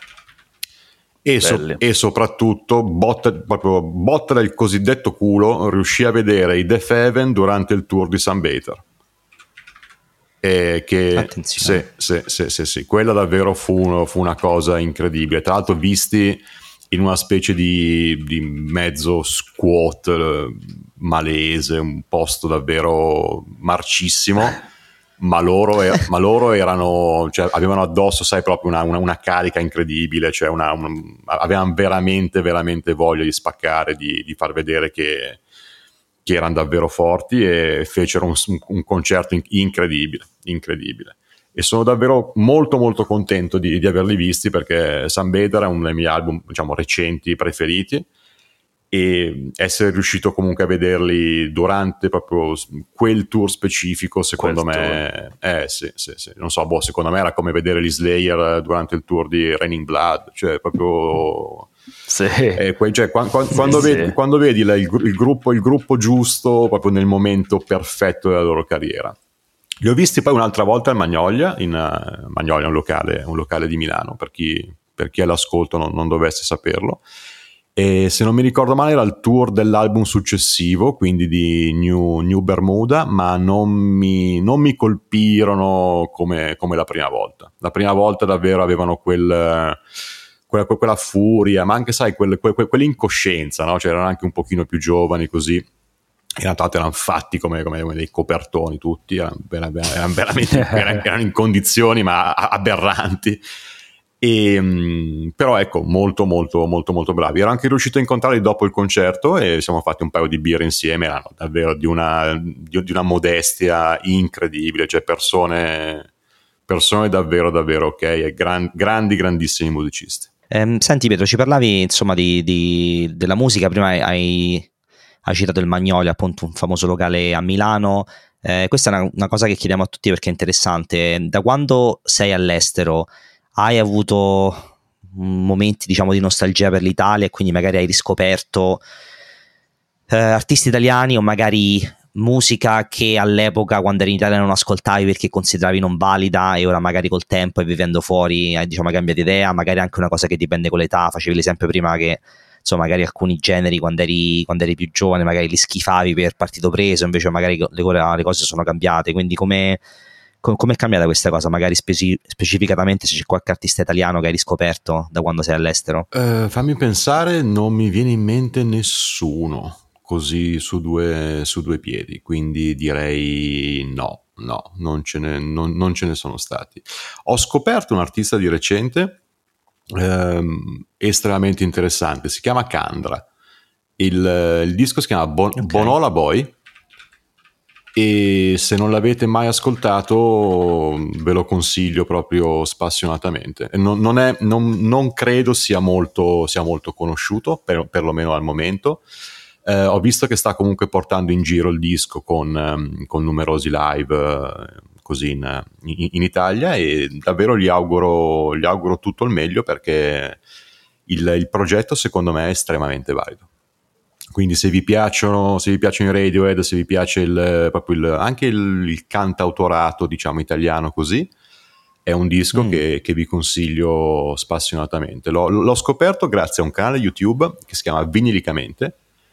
e soprattutto proprio botta del cosiddetto culo, riuscì a vedere i Death Heaven durante il tour di Sunbather. Sì, quella davvero fu una cosa incredibile, tra l'altro visti in una specie di mezzo squat malese, un posto davvero marcissimo, ma loro erano, cioè, avevano addosso, sai, proprio una carica incredibile, cioè avevano veramente veramente voglia di spaccare, di far vedere che erano davvero forti, e fecero un concerto incredibile. E sono davvero molto molto contento di averli visti, perché Sunbather è uno dei miei album, diciamo, recenti preferiti, e essere riuscito comunque a vederli durante proprio quel tour specifico, secondo me sì. Non so, secondo me era come vedere gli Slayer durante il tour di Raining Blood, cioè proprio cioè, quando vedi il gruppo giusto proprio nel momento perfetto della loro carriera. Li ho visti poi un'altra volta al Magnolia, Magnolia è un locale di Milano, per chi è all'ascolto non dovesse saperlo. E se non mi ricordo male era il tour dell'album successivo, quindi di New Bermuda, ma non mi colpirono come la prima volta. La prima volta davvero avevano quella furia, ma anche, sai, quell'incoscienza, no? Cioè, erano anche un pochino più giovani, così. Erano fatti come dei copertoni tutti, erano veramente erano in condizioni ma aberranti. Però ecco, molto molto molto molto bravi. Ero anche riuscito a incontrarli dopo il concerto e siamo fatti un paio di birre insieme. Erano davvero di una modestia incredibile, cioè persone davvero davvero ok, e grandissimi musicisti. Senti Pietro, ci parlavi insomma della musica, prima hai citato il Magnolia, appunto un famoso locale a Milano. Questa è una cosa che chiediamo a tutti perché è interessante. Da quando sei all'estero hai avuto momenti, diciamo, di nostalgia per l'Italia, e quindi magari hai riscoperto artisti italiani o magari musica che all'epoca, quando eri in Italia, non ascoltavi perché consideravi non valida, e ora magari col tempo e vivendo fuori hai, diciamo, cambiato idea? Magari anche una cosa che dipende con l'età. Facevi l'esempio prima che insomma magari alcuni generi quando eri più giovane magari li schifavi per partito preso, invece magari le cose sono cambiate. Quindi come è cambiata questa cosa? Magari specificatamente se c'è qualche artista italiano che hai riscoperto da quando sei all'estero? Fammi pensare, non mi viene in mente nessuno così su due piedi, quindi direi no, non ce ne sono stati. Ho scoperto un artista di recente estremamente interessante, si chiama Kandra, il disco si chiama Bonola Boy, e se non l'avete mai ascoltato ve lo consiglio proprio spassionatamente. Non credo sia molto conosciuto, perlomeno al momento. Ho visto che sta comunque portando in giro il disco con numerosi live così in Italia, e davvero gli auguro tutto il meglio, perché il progetto secondo me è estremamente valido. Quindi se vi piacciono i Radiohead, se vi piace anche il cantautorato, diciamo, italiano, così, è un disco che vi consiglio spassionatamente. L'ho scoperto grazie a un canale YouTube che si chiama Vinilicamente.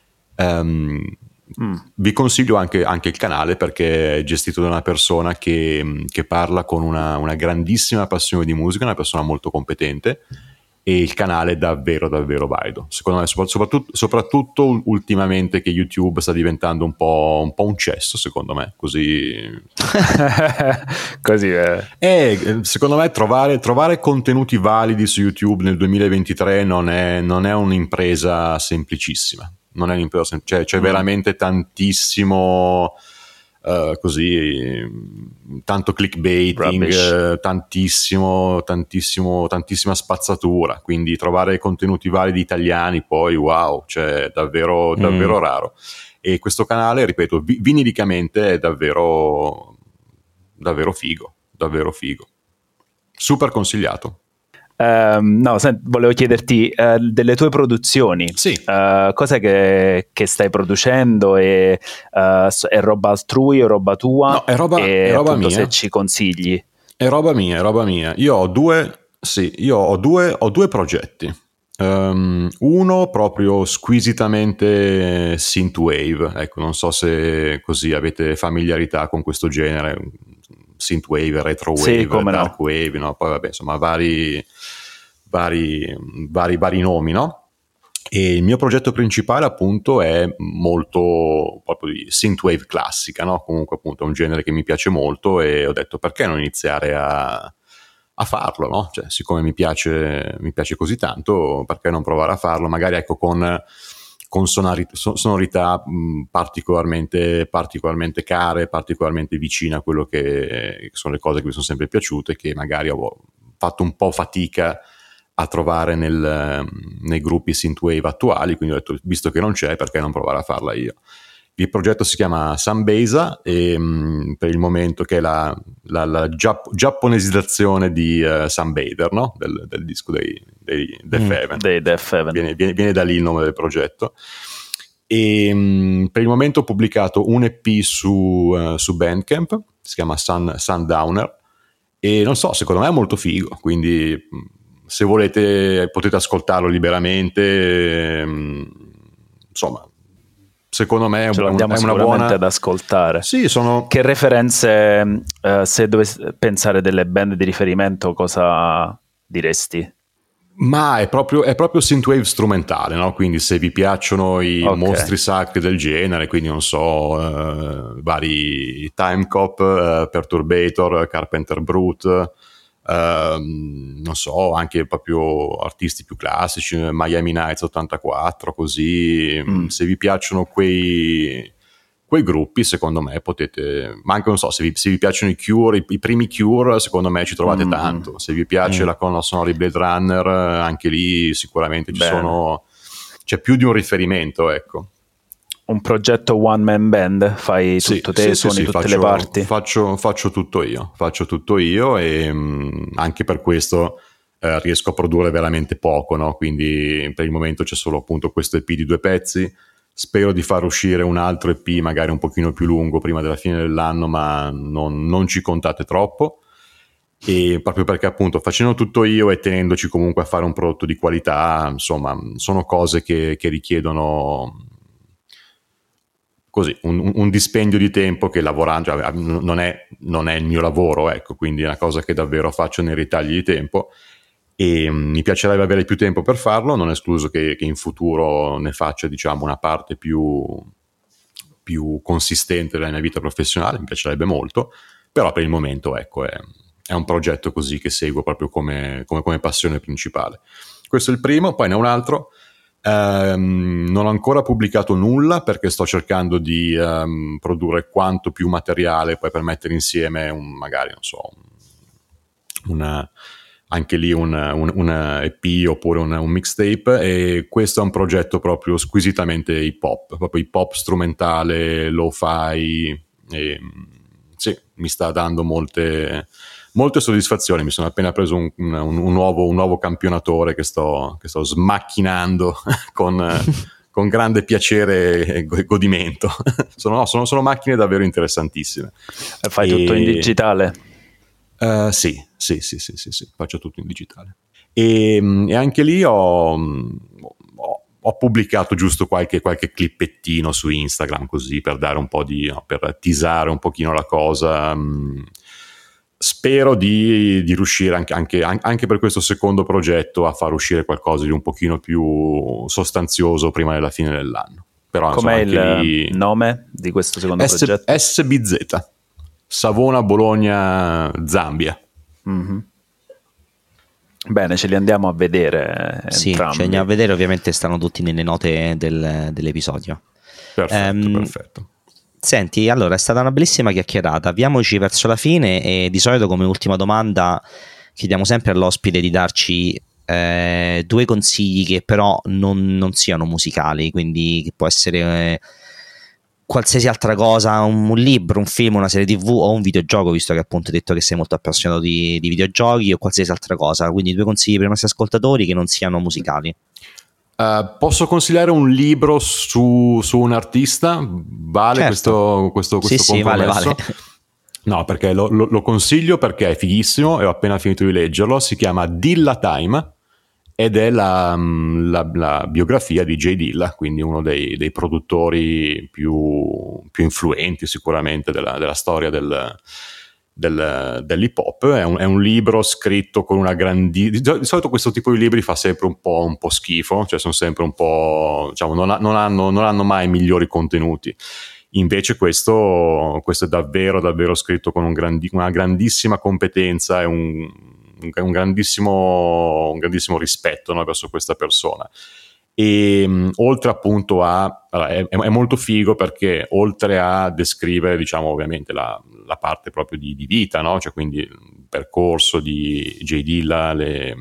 Vi consiglio anche il canale, perché è gestito da una persona che parla con una grandissima passione di musica, una persona molto competente, e il canale è davvero davvero valido, secondo me, soprattutto ultimamente che YouTube sta diventando un po' un cesso, secondo me, così secondo me trovare contenuti validi su YouTube nel 2023 non è un'impresa semplicissima, c'è veramente tantissimo così, tanto clickbaiting, tantissima spazzatura, quindi trovare contenuti validi italiani poi wow, cioè davvero raro. E questo canale, ripeto, vinilicamente, è davvero figo, super consigliato. No, volevo chiederti delle tue produzioni. Sì. Cos'è che stai producendo? È roba altrui o roba tua? No, è roba mia. Se ci consigli. È roba mia. Io ho due progetti. Uno proprio squisitamente synthwave. Ecco, non so se così avete familiarità con questo genere. Synthwave, retrowave, sì, dark no. wave, no? Poi vabbè, insomma, vari nomi, no? E il mio progetto principale appunto è molto proprio di synthwave classica, no? Comunque appunto è un genere che mi piace molto e ho detto perché non iniziare a farlo, no? Cioè, siccome mi piace così tanto, perché non provare a farlo? Magari ecco con sonorità particolarmente care, particolarmente vicine a quello che sono le cose che mi sono sempre piaciute, che magari ho fatto un po' fatica a trovare nei gruppi synthwave attuali, quindi ho detto, visto che non c'è, perché non provare a farla io? Il progetto si chiama Sunbaza e per il momento che è la giapponesizzazione di Sunbather, no? del disco dei Death Heaven. Dei Death Heaven. Viene da lì il nome del progetto. E per il momento ho pubblicato un EP su Bandcamp, si chiama Sundowner, e non so, secondo me è molto figo, quindi se volete potete ascoltarlo liberamente, insomma, secondo me è una buona ad ascoltare. Sì, Che referenze, se dovessi pensare delle band di riferimento, cosa diresti? Ma è proprio synthwave strumentale, no? Quindi se vi piacciono i mostri sacri del genere, quindi non so, vari Timecop, Perturbator, Carpenter Brute, non so, anche proprio artisti più classici, Miami Nights 84, così, se vi piacciono quei gruppi, secondo me potete, ma anche non so, se vi piacciono i Cure, i primi Cure, secondo me ci trovate tanto. Se vi piace la colonna sonora di Blade Runner, anche lì sicuramente c'è più di un riferimento, ecco. Un progetto one man band, fai tutto te, suoni tutte le parti? Faccio tutto io e anche per questo riesco a produrre veramente poco, no? Quindi per il momento c'è solo appunto questo EP di 2 pezzi. Spero di far uscire un altro EP magari un pochino più lungo prima della fine dell'anno, ma non ci contate troppo, e proprio perché appunto facendo tutto io e tenendoci comunque a fare un prodotto di qualità, insomma, sono cose che richiedono così un dispendio di tempo che lavorando, cioè, non è il mio lavoro, ecco, quindi è una cosa che davvero faccio nei ritagli di tempo. E mi piacerebbe avere più tempo per farlo, non è escluso che in futuro ne faccia, diciamo, una parte più consistente della mia vita professionale, mi piacerebbe molto, però per il momento ecco è un progetto così che seguo proprio come passione principale. Questo è il primo, poi ne ho un altro. Non ho ancora pubblicato nulla perché sto cercando di produrre quanto più materiale poi per mettere insieme magari non so anche lì un EP oppure un mixtape, e questo è un progetto proprio squisitamente hip hop strumentale, lo-fi, e sì, mi sta dando molte soddisfazioni. Mi sono appena preso un nuovo campionatore che sto smacchinando con grande piacere e godimento. sono macchine davvero interessantissime. Fai tutto in digitale? Sì, faccio tutto in digitale. E anche lì ho pubblicato giusto qualche clippettino su Instagram, così per dare un po' per teasare un pochino la cosa. Spero di riuscire anche per questo secondo progetto a far uscire qualcosa di un pochino più sostanzioso prima della fine dell'anno. Però, com'è il nome di questo secondo progetto? SBZ, Savona, Bologna, Zambia. Mm-hmm. Bene, ce li andiamo a vedere sì, entrambi. Ce li andiamo a vedere, ovviamente stanno tutti nelle note dell'episodio. Perfetto. Senti, allora è stata una bellissima chiacchierata, avviamoci verso la fine e di solito come ultima domanda chiediamo sempre all'ospite di darci 2 consigli che però non siano musicali, quindi che può essere qualsiasi altra cosa, un libro, un film, una serie TV o un videogioco, visto che appunto hai detto che sei molto appassionato di videogiochi, o qualsiasi altra cosa. Quindi 2 consigli per i nostri ascoltatori che non siano musicali. Posso consigliare un libro su un artista? Vale, certo. questo sì, compromesso? Vale. No, perché lo consiglio perché è fighissimo e ho appena finito di leggerlo. Si chiama Dilla Time ed è la biografia di Jay Dilla, quindi uno dei produttori più influenti sicuramente della storia dell'hip hop. È un libro scritto con una di solito questo tipo di libri fa sempre un po' schifo, cioè sono sempre un po', diciamo, non hanno mai migliori contenuti. Invece questo è davvero scritto con una grandissima competenza e un grandissimo rispetto, no, verso questa persona. E oltre appunto è molto figo perché oltre a descrivere, diciamo, ovviamente la parte proprio di vita, no? Cioè quindi il percorso di Jay Dilla, le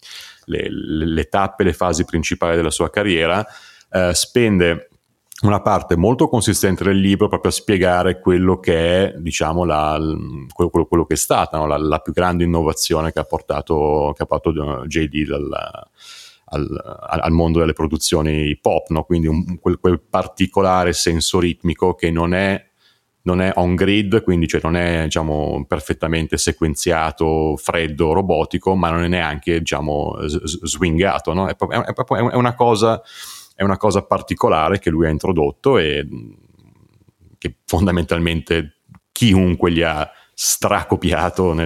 tappe, le fasi principali della sua carriera, spende una parte molto consistente del libro proprio a spiegare quello che è, diciamo, quello che è stata, no? la più grande innovazione che ha portato Jay Dilla al mondo delle produzioni hip hop, no? Quindi quel particolare senso ritmico che non è on grid, quindi cioè non è, diciamo, perfettamente sequenziato, freddo, robotico, ma non è neanche, diciamo, swingato, no? È una cosa particolare che lui ha introdotto e che fondamentalmente chiunque gli ha stracopiato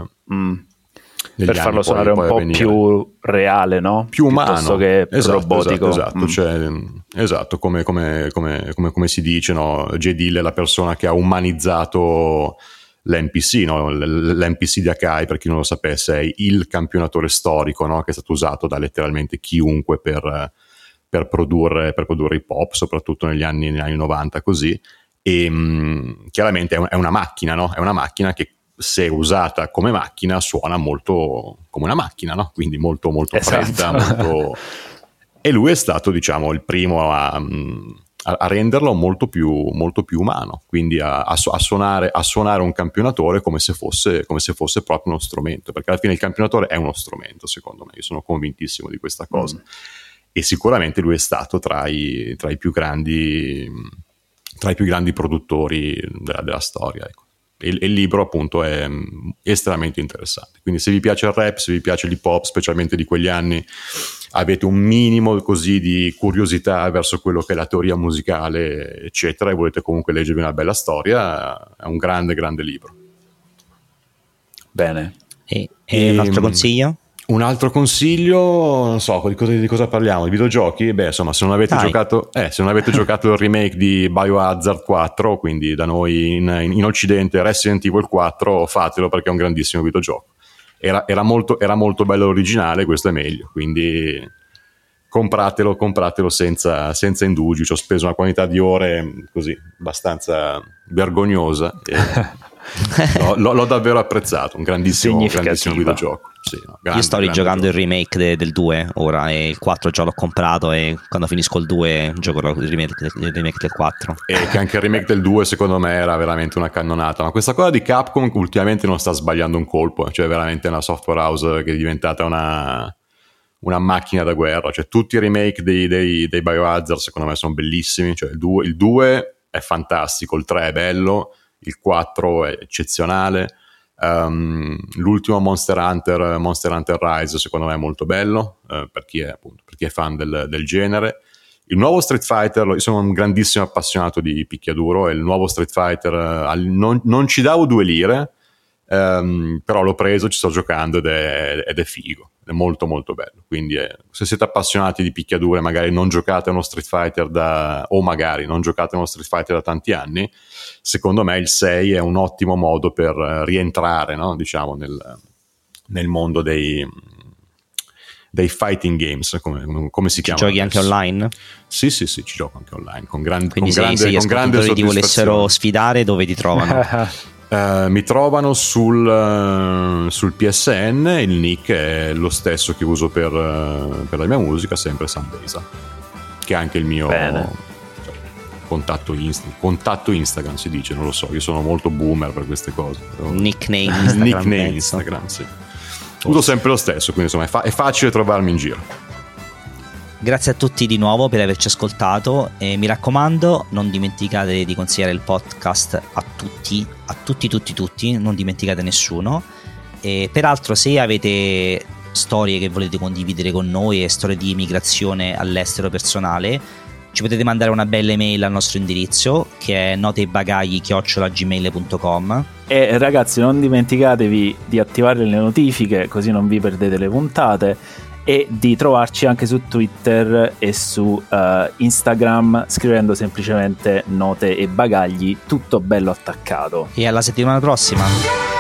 per farlo suonare un po' più reale, no? Più umano, piuttosto che robotico. Esatto, come si dice, no? Jay Dilla è la persona che ha umanizzato l'NPC, no? L'NPC di Akai, per chi non lo sapesse, è il campionatore storico, no? Che è stato usato da letteralmente chiunque per produrre hip hop, soprattutto negli anni 90, così. E chiaramente è una macchina, no? È una macchina che, se usata come macchina, suona molto come una macchina, no? Quindi molto fredda, molto... E lui è stato, diciamo, il primo a renderlo molto più umano, quindi a suonare un campionatore come se fosse proprio uno strumento, perché alla fine il campionatore è uno strumento, secondo me. Io sono convintissimo di questa cosa. E sicuramente lui è stato tra i più grandi produttori della storia, ecco. E il libro appunto è estremamente interessante, quindi se vi piace il rap, se vi piace l'hip hop, specialmente di quegli anni, avete un minimo così di curiosità verso quello che è la teoria musicale, eccetera, e volete comunque leggervi una bella storia, è un grande libro. Bene. E un altro consiglio? Un altro consiglio, non so, di cosa parliamo? Di videogiochi? Beh, insomma, se non avete giocato il remake di Biohazard 4, quindi da noi in Occidente Resident Evil 4, fatelo perché è un grandissimo videogioco. Era molto bello l'originale, questo è meglio, quindi compratelo senza indugi. Ci ho speso una quantità di ore così abbastanza vergognosa e l'ho davvero apprezzato, un grandissimo videogioco. Sì, no, io sto rigiocando il remake del 2 ora, e il 4 già l'ho comprato e quando finisco il 2 gioco il remake del 4. E che anche il remake del 2 secondo me era veramente una cannonata, ma questa cosa di Capcom ultimamente non sta sbagliando un colpo, cioè veramente una software house che è diventata una macchina da guerra, cioè tutti i remake dei Biohazard secondo me sono bellissimi, cioè il 2 è fantastico, il 3 è bello, il 4 è eccezionale. L'ultimo Monster Hunter Rise secondo me è molto bello, per chi è fan del genere. Il nuovo Street Fighter, io sono un grandissimo appassionato di picchiaduro, e il nuovo Street Fighter non ci davo 2 lire, però l'ho preso, ci sto giocando ed è figo, è molto bello. Quindi se siete appassionati di picchiaduro e magari non giocate a uno Street Fighter da tanti anni, secondo me il 6 è un ottimo modo per rientrare, no? Diciamo nel mondo dei fighting games, come si chiama. Ci giochi anche online? Sì, ci gioco anche online, quindi se gli ascoltatori ti volessero sfidare, dove ti trovano? Mi trovano sul PSN, il nick è lo stesso che uso per la mia musica, sempre Sambesa, che è anche il mio. Bene. contatto Instagram si dice, non lo so, io sono molto boomer per queste cose. Nickname Instagram, sì. Uso sempre lo stesso, quindi insomma è facile trovarmi in giro. Grazie a tutti di nuovo per averci ascoltato e mi raccomando, non dimenticate di consigliare il podcast a tutti, non dimenticate nessuno. E peraltro, se avete storie che volete condividere con noi e storie di immigrazione all'estero personale, ci potete mandare una bella email al nostro indirizzo, che è notebagagli@gmail.com. E ragazzi, non dimenticatevi di attivare le notifiche, così non vi perdete le puntate, e di trovarci anche su Twitter e su Instagram scrivendo semplicemente Note e Bagagli, tutto bello attaccato. E alla settimana prossima.